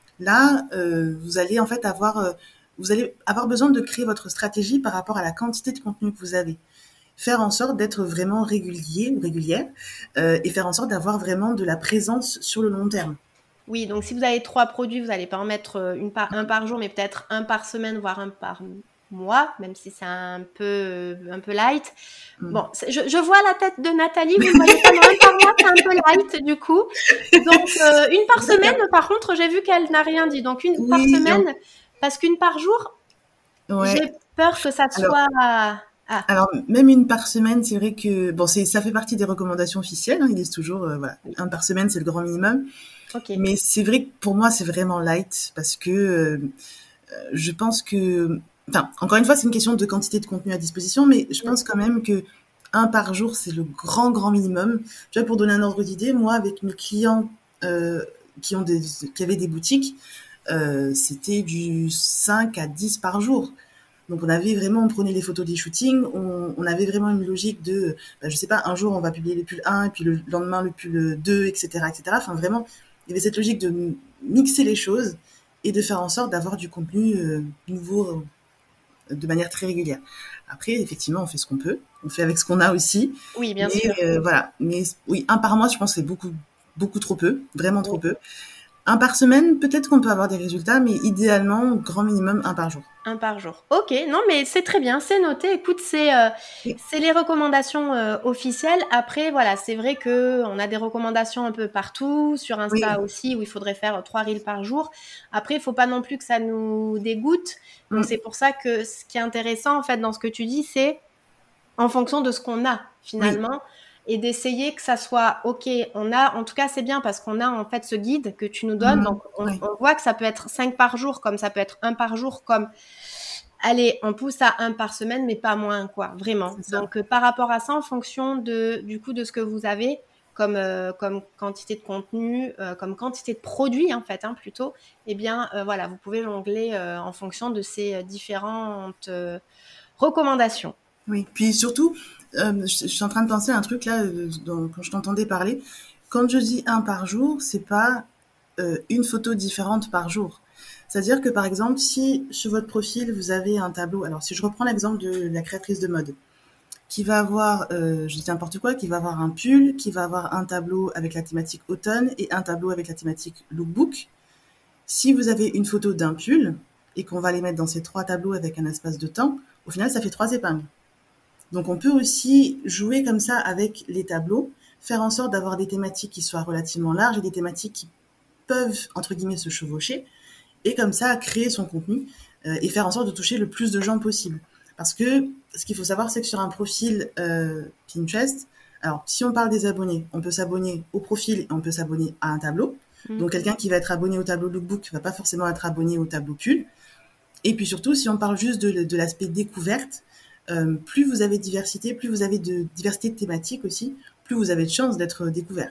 Là, euh, vous allez en fait avoir, euh, vous allez avoir besoin de créer votre stratégie par rapport à la quantité de contenu que vous avez. Faire en sorte d'être vraiment régulier ou régulière euh, et faire en sorte d'avoir vraiment de la présence sur le long terme. Oui, donc si vous avez trois produits, vous n'allez pas en mettre euh, une par, un par jour, mais peut-être un par semaine, voire un par mois, même si c'est un peu, euh, un peu light. Mm. Bon, c'est- je, je vois la tête de Nathalie, vous ne voyez pas, non, un par mois, c'est un peu light du coup. Donc, euh, une par semaine, par contre, j'ai vu qu'elle n'a rien dit. Donc, une par Oui, semaine, parce qu'une par jour, j'ai ouais. peur que ça Alors, soit... Ah, Alors, même une par semaine, c'est vrai que bon, c'est ça fait partie des recommandations officielles. Hein, ils disent toujours, euh, voilà, oui, un par semaine, c'est le grand minimum. ok. Mais c'est vrai que pour moi, c'est vraiment light parce que euh, je pense que, enfin, encore une fois, c'est une question de quantité de contenu à disposition, mais je Mm. pense quand même que un par jour, c'est le grand, grand minimum. Tu vois, pour donner un ordre d'idée, moi, avec mes clients euh, qui ont des, qui avaient des boutiques, euh, c'était du cinq à dix par jour. Donc on avait vraiment, on prenait les photos des shootings, on, on avait vraiment une logique de, bah, je sais pas, un jour on va publier le pull un, et puis le lendemain le pull deux, et cetera, et cetera. Enfin vraiment, il y avait cette logique de mixer les choses et de faire en sorte d'avoir du contenu euh, nouveau euh, de manière très régulière. Après, effectivement, on fait ce qu'on peut, on fait avec ce qu'on a aussi, Oui, bien mais sûr. euh, voilà. Mais oui, un par mois, je pense que c'est beaucoup, beaucoup trop peu, vraiment trop Oui. peu. Un par semaine, peut-être qu'on peut avoir des résultats, mais idéalement, grand minimum, un par jour. Un par jour. Ok, non mais c'est très bien, c'est noté. Écoute, c'est euh, Oui, c'est les recommandations euh, officielles. Après, voilà, c'est vrai que on a des recommandations un peu partout, sur Insta oui. aussi, où il faudrait faire trois reels par jour. Après, il faut pas non plus que ça nous dégoûte. Donc Mm. c'est pour ça que ce qui est intéressant en fait dans ce que tu dis, c'est en fonction de ce qu'on a Oui, finalement. et d'essayer que ça soit ok. On a, en tout cas, c'est bien parce qu'on a en fait ce guide que tu nous donnes. Mmh. Donc, on, Oui. on voit que ça peut être cinq par jour, comme ça peut être un par jour, comme allez, on pousse à un par semaine, mais pas moins, quoi, vraiment. Donc, euh, par rapport à ça, en fonction de, du coup, de ce que vous avez comme, euh, comme quantité de contenu, euh, comme quantité de produits, en fait, hein, plutôt, eh bien, euh, voilà, vous pouvez jongler euh, en fonction de ces euh, différentes euh, recommandations. Oui, puis surtout, euh, je, je suis en train de penser à un truc là, euh, dont- quand je t'entendais parler. Quand je dis un par jour, c'est pas euh, une photo différente par jour. C'est-à-dire que par exemple, si sur votre profil vous avez un tableau, alors si je reprends l'exemple de la créatrice de mode, qui va avoir, euh, je dis n'importe quoi, qui va avoir un pull, qui va avoir un tableau avec la thématique automne et un tableau avec la thématique lookbook. Si vous avez une photo d'un pull et qu'on va les mettre dans ces trois tableaux avec un espace de temps, au final, ça fait trois épingles. Donc on peut aussi jouer comme ça avec les tableaux, faire en sorte d'avoir des thématiques qui soient relativement larges et des thématiques qui peuvent, entre guillemets, se chevaucher, et comme ça créer son contenu euh, et faire en sorte de toucher le plus de gens possible. Parce que ce qu'il faut savoir, c'est que sur un profil euh, Pinterest, alors si on parle des abonnés, on peut s'abonner au profil et on peut s'abonner à un tableau. Mmh. Donc quelqu'un qui va être abonné au tableau lookbook va pas forcément être abonné au tableau pull. Et puis surtout, si on parle juste de, de l'aspect découverte, euh, plus vous avez de diversité, plus vous avez de diversité de thématiques aussi, plus vous avez de chances d'être découvert.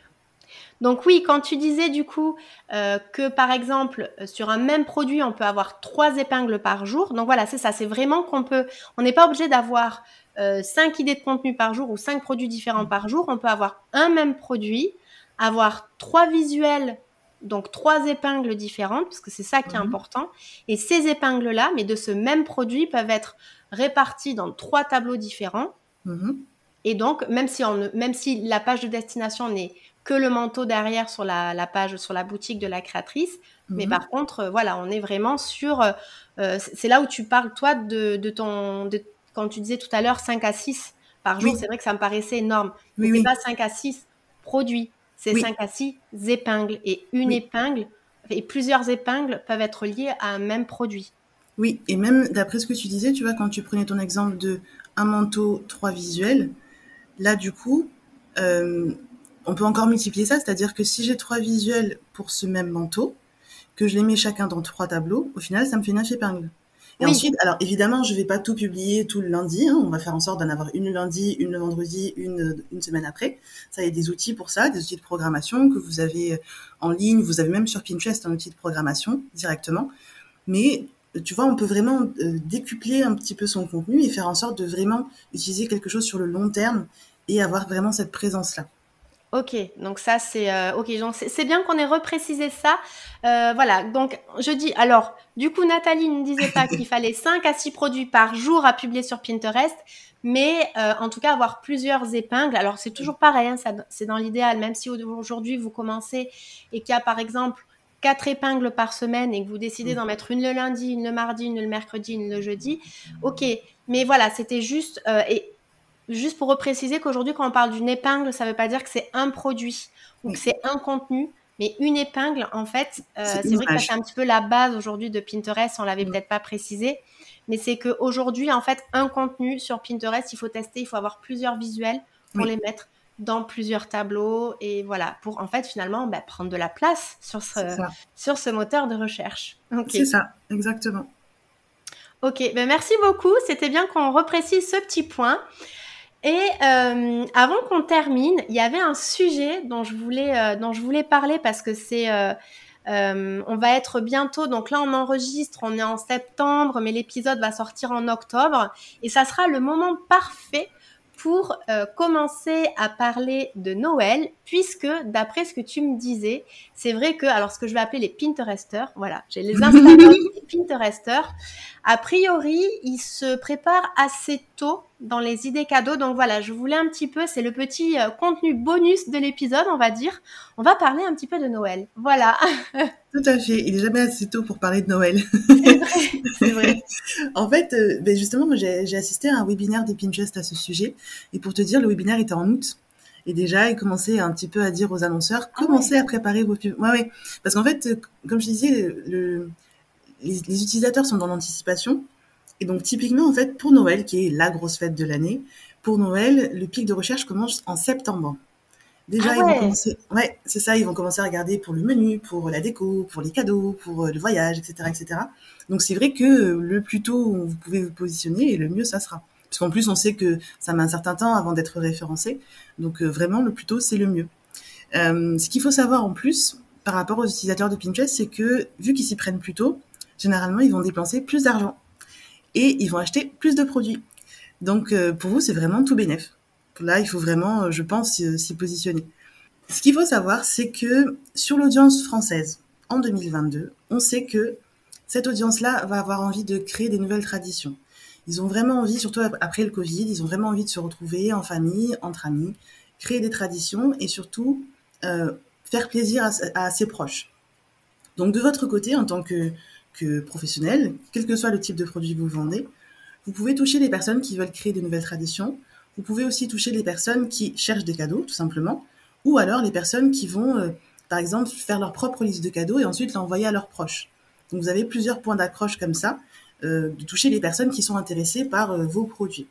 Donc oui, quand tu disais du coup euh, que par exemple sur un même produit on peut avoir trois épingles par jour, donc voilà c'est ça, c'est vraiment qu'on peut, on n'est pas obligé d'avoir euh, cinq idées de contenu par jour ou cinq produits différents par jour, on peut avoir un même produit, avoir trois visuels, donc trois épingles différentes parce que c'est ça qui est mmh. important, et ces épingles là, mais de ce même produit peuvent être réparties dans trois tableaux différents. Mmh. Et donc, même si, on, même si la page de destination n'est que le manteau derrière sur la, la page, sur la boutique de la créatrice, mmh. mais par contre, euh, voilà, on est vraiment sur... Euh, c'est là où tu parles, toi, de, de ton... De, quand tu disais tout à l'heure cinq à six par jour, oui. C'est vrai que ça me paraissait énorme. Mais oui, c'est oui. pas cinq à six produits, c'est oui. cinq à six épingles. Et une oui. épingle, et plusieurs épingles peuvent être liées à un même produit. Oui, et même d'après ce que tu disais, tu vois, quand tu prenais ton exemple de un manteau, trois visuels, là, du coup, euh, on peut encore multiplier ça, c'est-à-dire que si j'ai trois visuels pour ce même manteau, que je les mets chacun dans trois tableaux, au final, ça me fait neuf épingles. Et oui. ensuite, alors évidemment, je vais pas tout publier tout le lundi, hein, on va faire en sorte d'en avoir une le lundi, une le vendredi, une une semaine après. Ça, il y a des outils pour ça, des outils de programmation que vous avez en ligne, vous avez même sur Pinterest un outil de programmation directement. Mais tu vois, on peut vraiment euh, décupler un petit peu son contenu et faire en sorte de vraiment utiliser quelque chose sur le long terme et avoir vraiment cette présence-là. Ok, donc ça c'est euh, ok, donc c'est, c'est bien qu'on ait reprécisé ça. Euh, voilà, donc je dis alors, du coup Nathalie ne disait pas qu'il fallait cinq à six produits par jour à publier sur Pinterest, mais euh, en tout cas avoir plusieurs épingles. Alors c'est toujours pareil, hein, ça, c'est dans l'idéal, même si aujourd'hui vous commencez et qu'il y a par exemple quatre épingles par semaine et que vous décidez d'en mettre une le lundi, une le mardi, une le mercredi, une le jeudi. Ok, mais voilà, c'était juste euh, et juste pour repréciser qu'aujourd'hui, quand on parle d'une épingle, ça ne veut pas dire que c'est un produit ou oui. que c'est un contenu, mais une épingle, en fait, euh, c'est, c'est vrai que ça c'est un petit peu la base aujourd'hui de Pinterest, on ne l'avait oui. peut-être pas précisé, mais c'est qu'aujourd'hui, en fait, un contenu sur Pinterest, il faut tester, il faut avoir plusieurs visuels pour oui. les mettre dans plusieurs tableaux et voilà, pour en fait, finalement, bah, prendre de la place sur ce, sur ce moteur de recherche. Okay. C'est ça, exactement. Ok, ben merci beaucoup, c'était bien qu'on reprécise ce petit point. Et euh, avant qu'on termine, il y avait un sujet dont je voulais euh, dont je voulais parler parce que c'est euh, euh, on va être bientôt, donc là on enregistre, on est en septembre, mais l'épisode va sortir en octobre et ça sera le moment parfait pour euh, commencer à parler de Noël, puisque d'après ce que tu me disais, c'est vrai que, alors ce que je vais appeler les Pinteresters, voilà, j'ai les Instagram les Pinteresters, a priori, ils se préparent assez tôt dans les idées cadeaux, donc voilà, je voulais un petit peu, c'est le petit euh, contenu bonus de l'épisode, on va dire, on va parler un petit peu de Noël, voilà. Tout à fait, il est jamais assez tôt pour parler de Noël. C'est vrai, c'est vrai. En fait, euh, ben justement, moi, j'ai, j'ai assisté à un webinaire des Pinterest à ce sujet. Et pour te dire, le webinaire était en août. Et déjà, il commençait un petit peu à dire aux annonceurs, commencez ah ouais. à préparer vos pubs. Ouais, ouais. Parce qu'en fait, comme je disais, le, les, les utilisateurs sont dans l'anticipation. Et donc, typiquement, en fait, pour Noël, qui est la grosse fête de l'année, pour Noël, le pic de recherche commence en septembre. Déjà, Ah ils vont ouais. commencer, ouais, c'est ça, ils vont commencer à regarder pour le menu, pour la déco, pour les cadeaux, pour euh, le voyage, et cetera, et cetera. Donc c'est vrai que euh, le plus tôt vous pouvez vous positionner, et le mieux ça sera. Parce qu'en plus, on sait que ça met un certain temps avant d'être référencé. Donc euh, vraiment, le plus tôt, c'est le mieux. Euh, ce qu'il faut savoir en plus, par rapport aux utilisateurs de Pinterest, c'est que vu qu'ils s'y prennent plus tôt, généralement, ils vont dépenser plus d'argent et ils vont acheter plus de produits. Donc euh, pour vous, c'est vraiment tout bénef. Là, il faut vraiment, euh, je pense, s'y s'y positionner. Ce qu'il faut savoir, c'est que sur l'audience française en deux mille vingt-deux, on sait que cette audience-là va avoir envie de créer des nouvelles traditions. Ils ont vraiment envie, surtout après le Covid, ils ont vraiment envie de se retrouver en famille, entre amis, créer des traditions et surtout euh, faire plaisir à, à ses proches. Donc de votre côté, en tant que, que professionnel, quel que soit le type de produit que vous vendez, vous pouvez toucher les personnes qui veulent créer de nouvelles traditions. Vous pouvez aussi toucher les personnes qui cherchent des cadeaux, tout simplement. Ou alors les personnes qui vont, euh, par exemple, faire leur propre liste de cadeaux et ensuite l'envoyer à leurs proches. Donc vous avez plusieurs points d'accroche comme ça, euh, de toucher les personnes qui sont intéressées par euh, vos produits.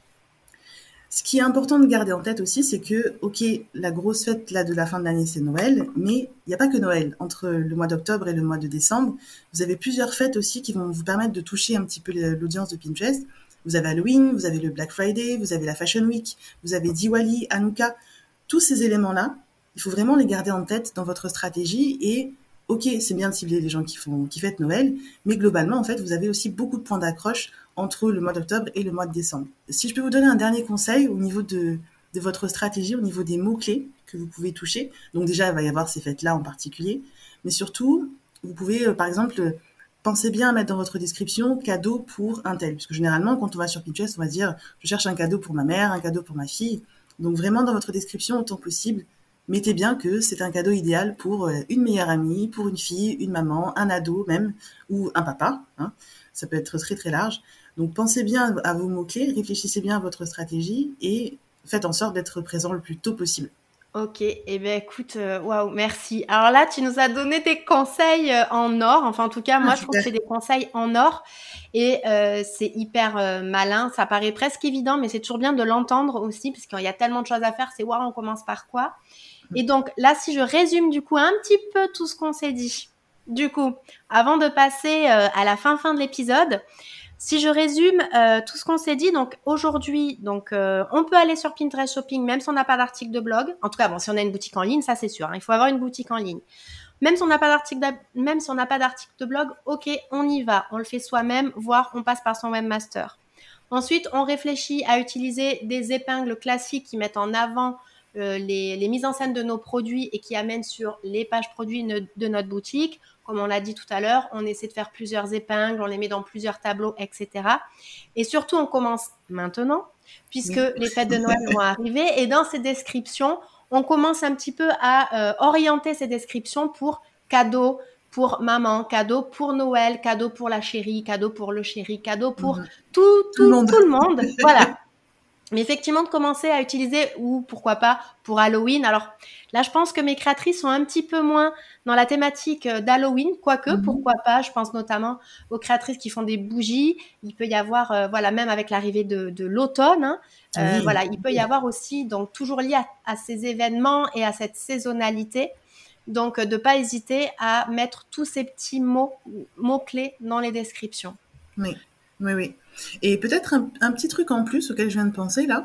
Ce qui est important de garder en tête aussi, c'est que, ok, la grosse fête là de la fin de l'année, c'est Noël, mais il n'y a pas que Noël. Entre le mois d'octobre et le mois de décembre, vous avez plusieurs fêtes aussi qui vont vous permettre de toucher un petit peu l'audience de Pinterest. Vous avez Halloween, vous avez le Black Friday, vous avez la Fashion Week, vous avez Diwali, Hanouka. Tous ces éléments-là, il faut vraiment les garder en tête dans votre stratégie et ok, c'est bien de cibler les gens qui font, qui fêtent Noël, mais globalement, en fait, vous avez aussi beaucoup de points d'accroche entre le mois d'octobre et le mois de décembre. Si je peux vous donner un dernier conseil au niveau de, de votre stratégie, au niveau des mots-clés que vous pouvez toucher, donc déjà, il va y avoir ces fêtes-là en particulier, mais surtout, vous pouvez, euh, par exemple, pensez bien à mettre dans votre description cadeau pour un tel, parce que généralement, quand on va sur Pinterest, on va dire, je cherche un cadeau pour ma mère, un cadeau pour ma fille. Donc vraiment, dans votre description, autant possible, mettez bien que c'est un cadeau idéal pour une meilleure amie, pour une fille, une maman, un ado même, ou un papa. Hein. Ça peut être très très large. Donc pensez bien à vos mots-clés, réfléchissez bien à votre stratégie et faites en sorte d'être présent le plus tôt possible. Ok, et eh ben écoute, waouh, wow, merci. Alors là, tu nous as donné des conseils euh, en or. Enfin, en tout cas, moi, ah, je trouve que c'est des conseils en or et euh, c'est hyper euh, malin. Ça paraît presque évident, mais c'est toujours bien de l'entendre aussi parce qu'il y a tellement de choses à faire. C'est waouh, on commence par quoi? Et donc là, si je résume du coup un petit peu tout ce qu'on s'est dit, du coup, avant de passer euh, à la fin fin de l'épisode. Si je résume euh, tout ce qu'on s'est dit, donc aujourd'hui, donc euh, on peut aller sur Pinterest Shopping même si on n'a pas d'article de blog. En tout cas, bon, si on a une boutique en ligne, ça c'est sûr. Hein, il faut avoir une boutique en ligne. Même si on n'a pas d'article, même si on n'a pas d'article de blog, ok, on y va, on le fait soi-même, voire on passe par son webmaster. Ensuite, on réfléchit à utiliser des épingles classiques qui mettent en avant euh, les, les mises en scène de nos produits et qui amènent sur les pages produits ne, de notre boutique. Comme on l'a dit tout à l'heure, on essaie de faire plusieurs épingles, on les met dans plusieurs tableaux, et cetera. Et surtout, on commence maintenant, puisque oui. les fêtes de Noël vont arriver. Et dans ces descriptions, on commence un petit peu à euh, orienter ces descriptions pour cadeaux, pour maman, cadeau pour Noël, cadeau pour la chérie, cadeau pour le chéri, cadeau pour mmh. tout, tout, tout, le monde. Tout le monde. Voilà. Mais effectivement, de commencer à utiliser, ou pourquoi pas, pour Halloween. Alors là, je pense que mes créatrices sont un petit peu moins dans la thématique d'Halloween, quoique, mmh. pourquoi pas. Je pense notamment aux créatrices qui font des bougies. Il peut y avoir, euh, voilà, même avec l'arrivée de, de l'automne, hein, euh, oui. voilà, il peut y avoir aussi, donc toujours lié à, à ces événements et à cette saisonnalité. Donc, de ne pas hésiter à mettre tous ces petits mots, mots-clés dans les descriptions. Oui, oui, oui. Et peut-être un, un petit truc en plus auquel je viens de penser là.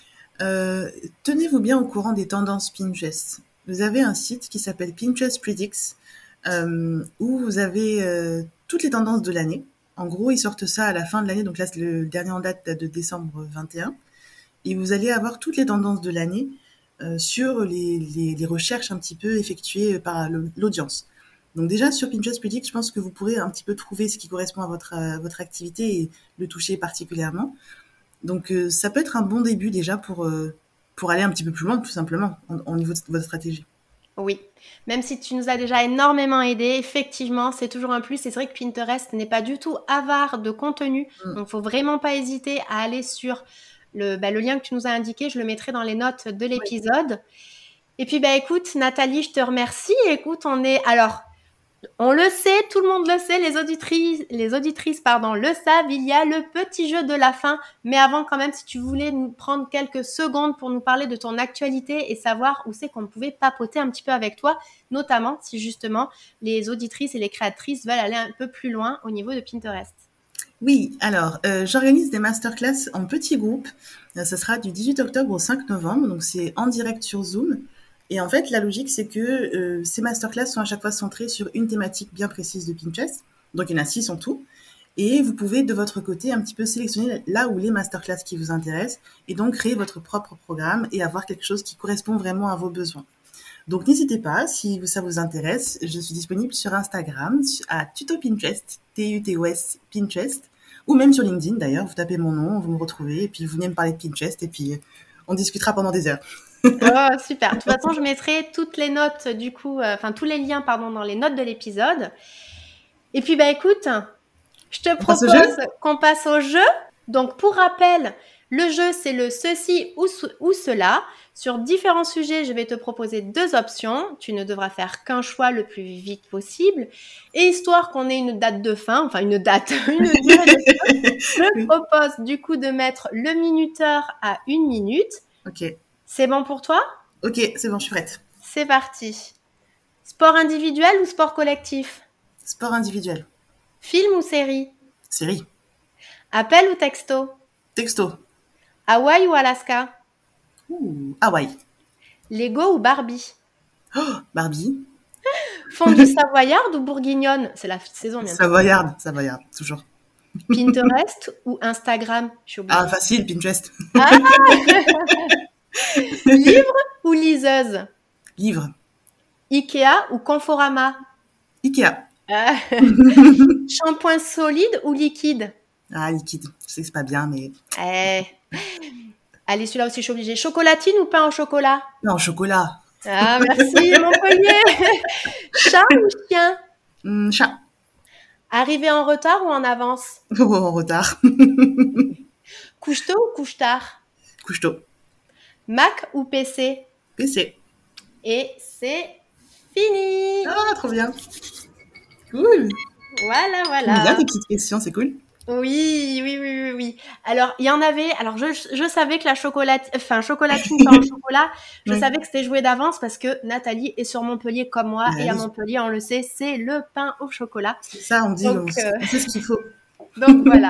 Euh, tenez-vous bien au courant des tendances Pinterest. Vous avez un site qui s'appelle Pinterest Predicts euh, où vous avez euh, toutes les tendances de l'année. En gros, ils sortent ça à la fin de l'année. Donc là, c'est le dernier en date de décembre vingt et un. Et vous allez avoir toutes les tendances de l'année euh, sur les, les, les recherches un petit peu effectuées par l'audience. Donc déjà, sur Pinterest Predict, je pense que vous pourrez un petit peu trouver ce qui correspond à votre, à votre activité et le toucher particulièrement. Donc euh, ça peut être un bon début déjà pour, euh, pour aller un petit peu plus loin, tout simplement, au niveau de votre stratégie. Oui, même si tu nous as déjà énormément aidé, effectivement, c'est toujours un plus. Et c'est vrai que Pinterest n'est pas du tout avare de contenu. Mm. Donc, il ne faut vraiment pas hésiter à aller sur le, bah, le lien que tu nous as indiqué. Je le mettrai dans les notes de l'épisode. Oui. Et puis, bah, écoute, Nathalie, je te remercie. Écoute, on est... Alors... On le sait, tout le monde le sait, les auditrices, les auditrices pardon, le savent, il y a le petit jeu de la fin. Mais avant quand même, si tu voulais nous prendre quelques secondes pour nous parler de ton actualité et savoir où c'est qu'on pouvait papoter un petit peu avec toi, notamment si justement les auditrices et les créatrices veulent aller un peu plus loin au niveau de Pinterest. Oui, alors euh, j'organise des masterclass en petits groupes. Euh, ce sera du dix-huit octobre au cinq novembre, donc c'est en direct sur Zoom. Et en fait, la logique, c'est que euh, ces masterclass sont à chaque fois centrées sur une thématique bien précise de Pinterest. Donc, il y en a six en tout. Et vous pouvez, de votre côté, un petit peu sélectionner là où les masterclass qui vous intéressent et donc créer votre propre programme et avoir quelque chose qui correspond vraiment à vos besoins. Donc, n'hésitez pas, si ça vous intéresse, je suis disponible sur Instagram, à Tuto Pinterest, T U T O S Pinterest, ou même sur LinkedIn d'ailleurs. Vous tapez mon nom, vous me retrouvez, et puis vous venez me parler de Pinterest, et puis on discutera pendant des heures. Oh, super. De toute façon, je mettrai toutes les notes, du coup, euh, enfin, tous les liens, pardon, dans les notes de l'épisode. Et puis, bah, écoute, je te propose qu'on passe au jeu. Donc, pour rappel, le jeu, c'est le ceci ou, ou cela. Sur différents sujets, je vais te proposer deux options. Tu ne devras faire qu'un choix le plus vite possible. Et histoire qu'on ait une date de fin, enfin, une date, une durée de fin, je propose, du coup, de mettre le minuteur à une minute. Ok. C'est bon pour toi ? Ok, c'est bon, je suis prête. C'est parti. Sport individuel ou sport collectif ? Sport individuel. Film ou série ? Série. Appel ou texto ? Texto. Hawaï ou Alaska ? Ouh, Hawaï. Lego ou Barbie ? Oh, Barbie. Fondue savoyarde ou bourguignonne ? C'est la saison bientôt. Savoyarde, Savoyarde, toujours. Pinterest ou Instagram ? Je suis obligée. Ah, facile, Pinterest. Ah Livre ou liseuse ? Livre. Ikea ou Conforama ? Ikea. Ah. Shampoing solide ou liquide ? Ah, liquide. Je sais que c'est pas bien, mais... Eh. Allez, celui-là aussi, je suis obligée. Chocolatine ou pain au chocolat ? Non, chocolat. Ah, merci, Montpellier. Chat ou chien ? Mmh, chat. Arrivé en retard ou en avance ? Oh, en retard. Couche-tôt ou couche-tard ? Couche-tôt. Mac ou P C ? P C. Et c'est fini. Ah, trop bien. Cool. Voilà, voilà. J'aime bien tes petites questions, c'est cool. Oui, oui, oui, oui, oui. Alors, il y en avait. Alors, je, je savais que la chocolatine, enfin, chocolatine par le chocolat, je oui. savais que c'était joué d'avance parce que Nathalie est sur Montpellier comme moi. Ouais, et à Montpellier, on le sait, c'est le pain au chocolat. C'est ça, on dit, donc, on, euh... c'est ce qu'il faut. Donc, voilà.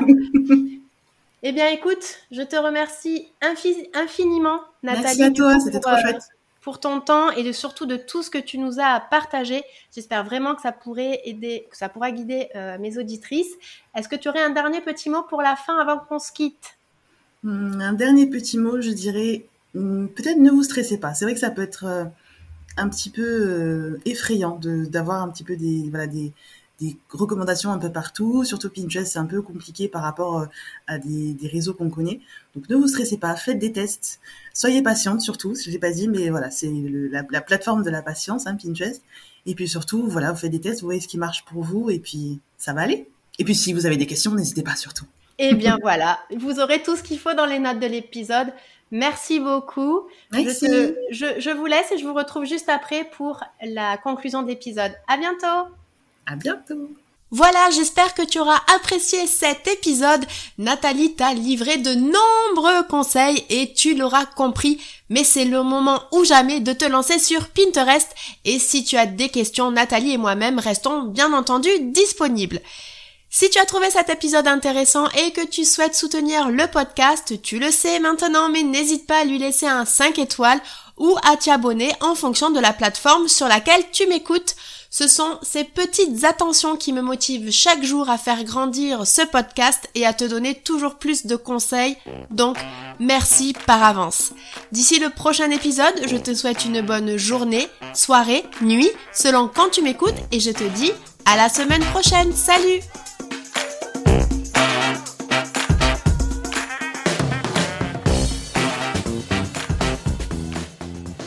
Eh bien, écoute, je te remercie infi- infiniment, Nathalie. Merci à toi, c'était pour, trop euh, chouette. Pour ton temps et de, surtout de tout ce que tu nous as partagé. J'espère vraiment que ça pourrait aider, que ça pourra guider euh, mes auditrices. Est-ce que tu aurais un dernier petit mot pour la fin avant qu'on se quitte ? hum, Un dernier petit mot, je dirais, hum, peut-être ne vous stressez pas. C'est vrai que ça peut être euh, un petit peu euh, effrayant de, d'avoir un petit peu des, voilà, des, des recommandations un peu partout. Surtout Pinterest, c'est un peu compliqué par rapport euh, à des, des réseaux qu'on connaît. Donc ne vous stressez pas, faites des tests. Soyez patiente surtout, je ne l'ai pas dit, mais voilà, c'est le, la, la plateforme de la patience, hein, Pinterest. Et puis surtout, voilà, vous faites des tests, vous voyez ce qui marche pour vous, et puis ça va aller. Et puis si vous avez des questions, n'hésitez pas surtout. Eh bien voilà, vous aurez tout ce qu'il faut dans les notes de l'épisode. Merci beaucoup. Merci. Je, te, je, je vous laisse et je vous retrouve juste après pour la conclusion de l'épisode. À bientôt. À bientôt. Voilà, j'espère que tu auras apprécié cet épisode. Nathalie t'a livré de nombreux conseils et tu l'auras compris. Mais c'est le moment ou jamais de te lancer sur Pinterest. Et si tu as des questions, Nathalie et moi-même restons bien entendu disponibles. Si tu as trouvé cet épisode intéressant et que tu souhaites soutenir le podcast, tu le sais maintenant, mais n'hésite pas à lui laisser un cinq étoiles ou à t'y abonner en fonction de la plateforme sur laquelle tu m'écoutes. Ce sont ces petites attentions qui me motivent chaque jour à faire grandir ce podcast et à te donner toujours plus de conseils. Donc, merci par avance. D'ici le prochain épisode, je te souhaite une bonne journée, soirée, nuit, selon quand tu m'écoutes et je te dis à la semaine prochaine. Salut!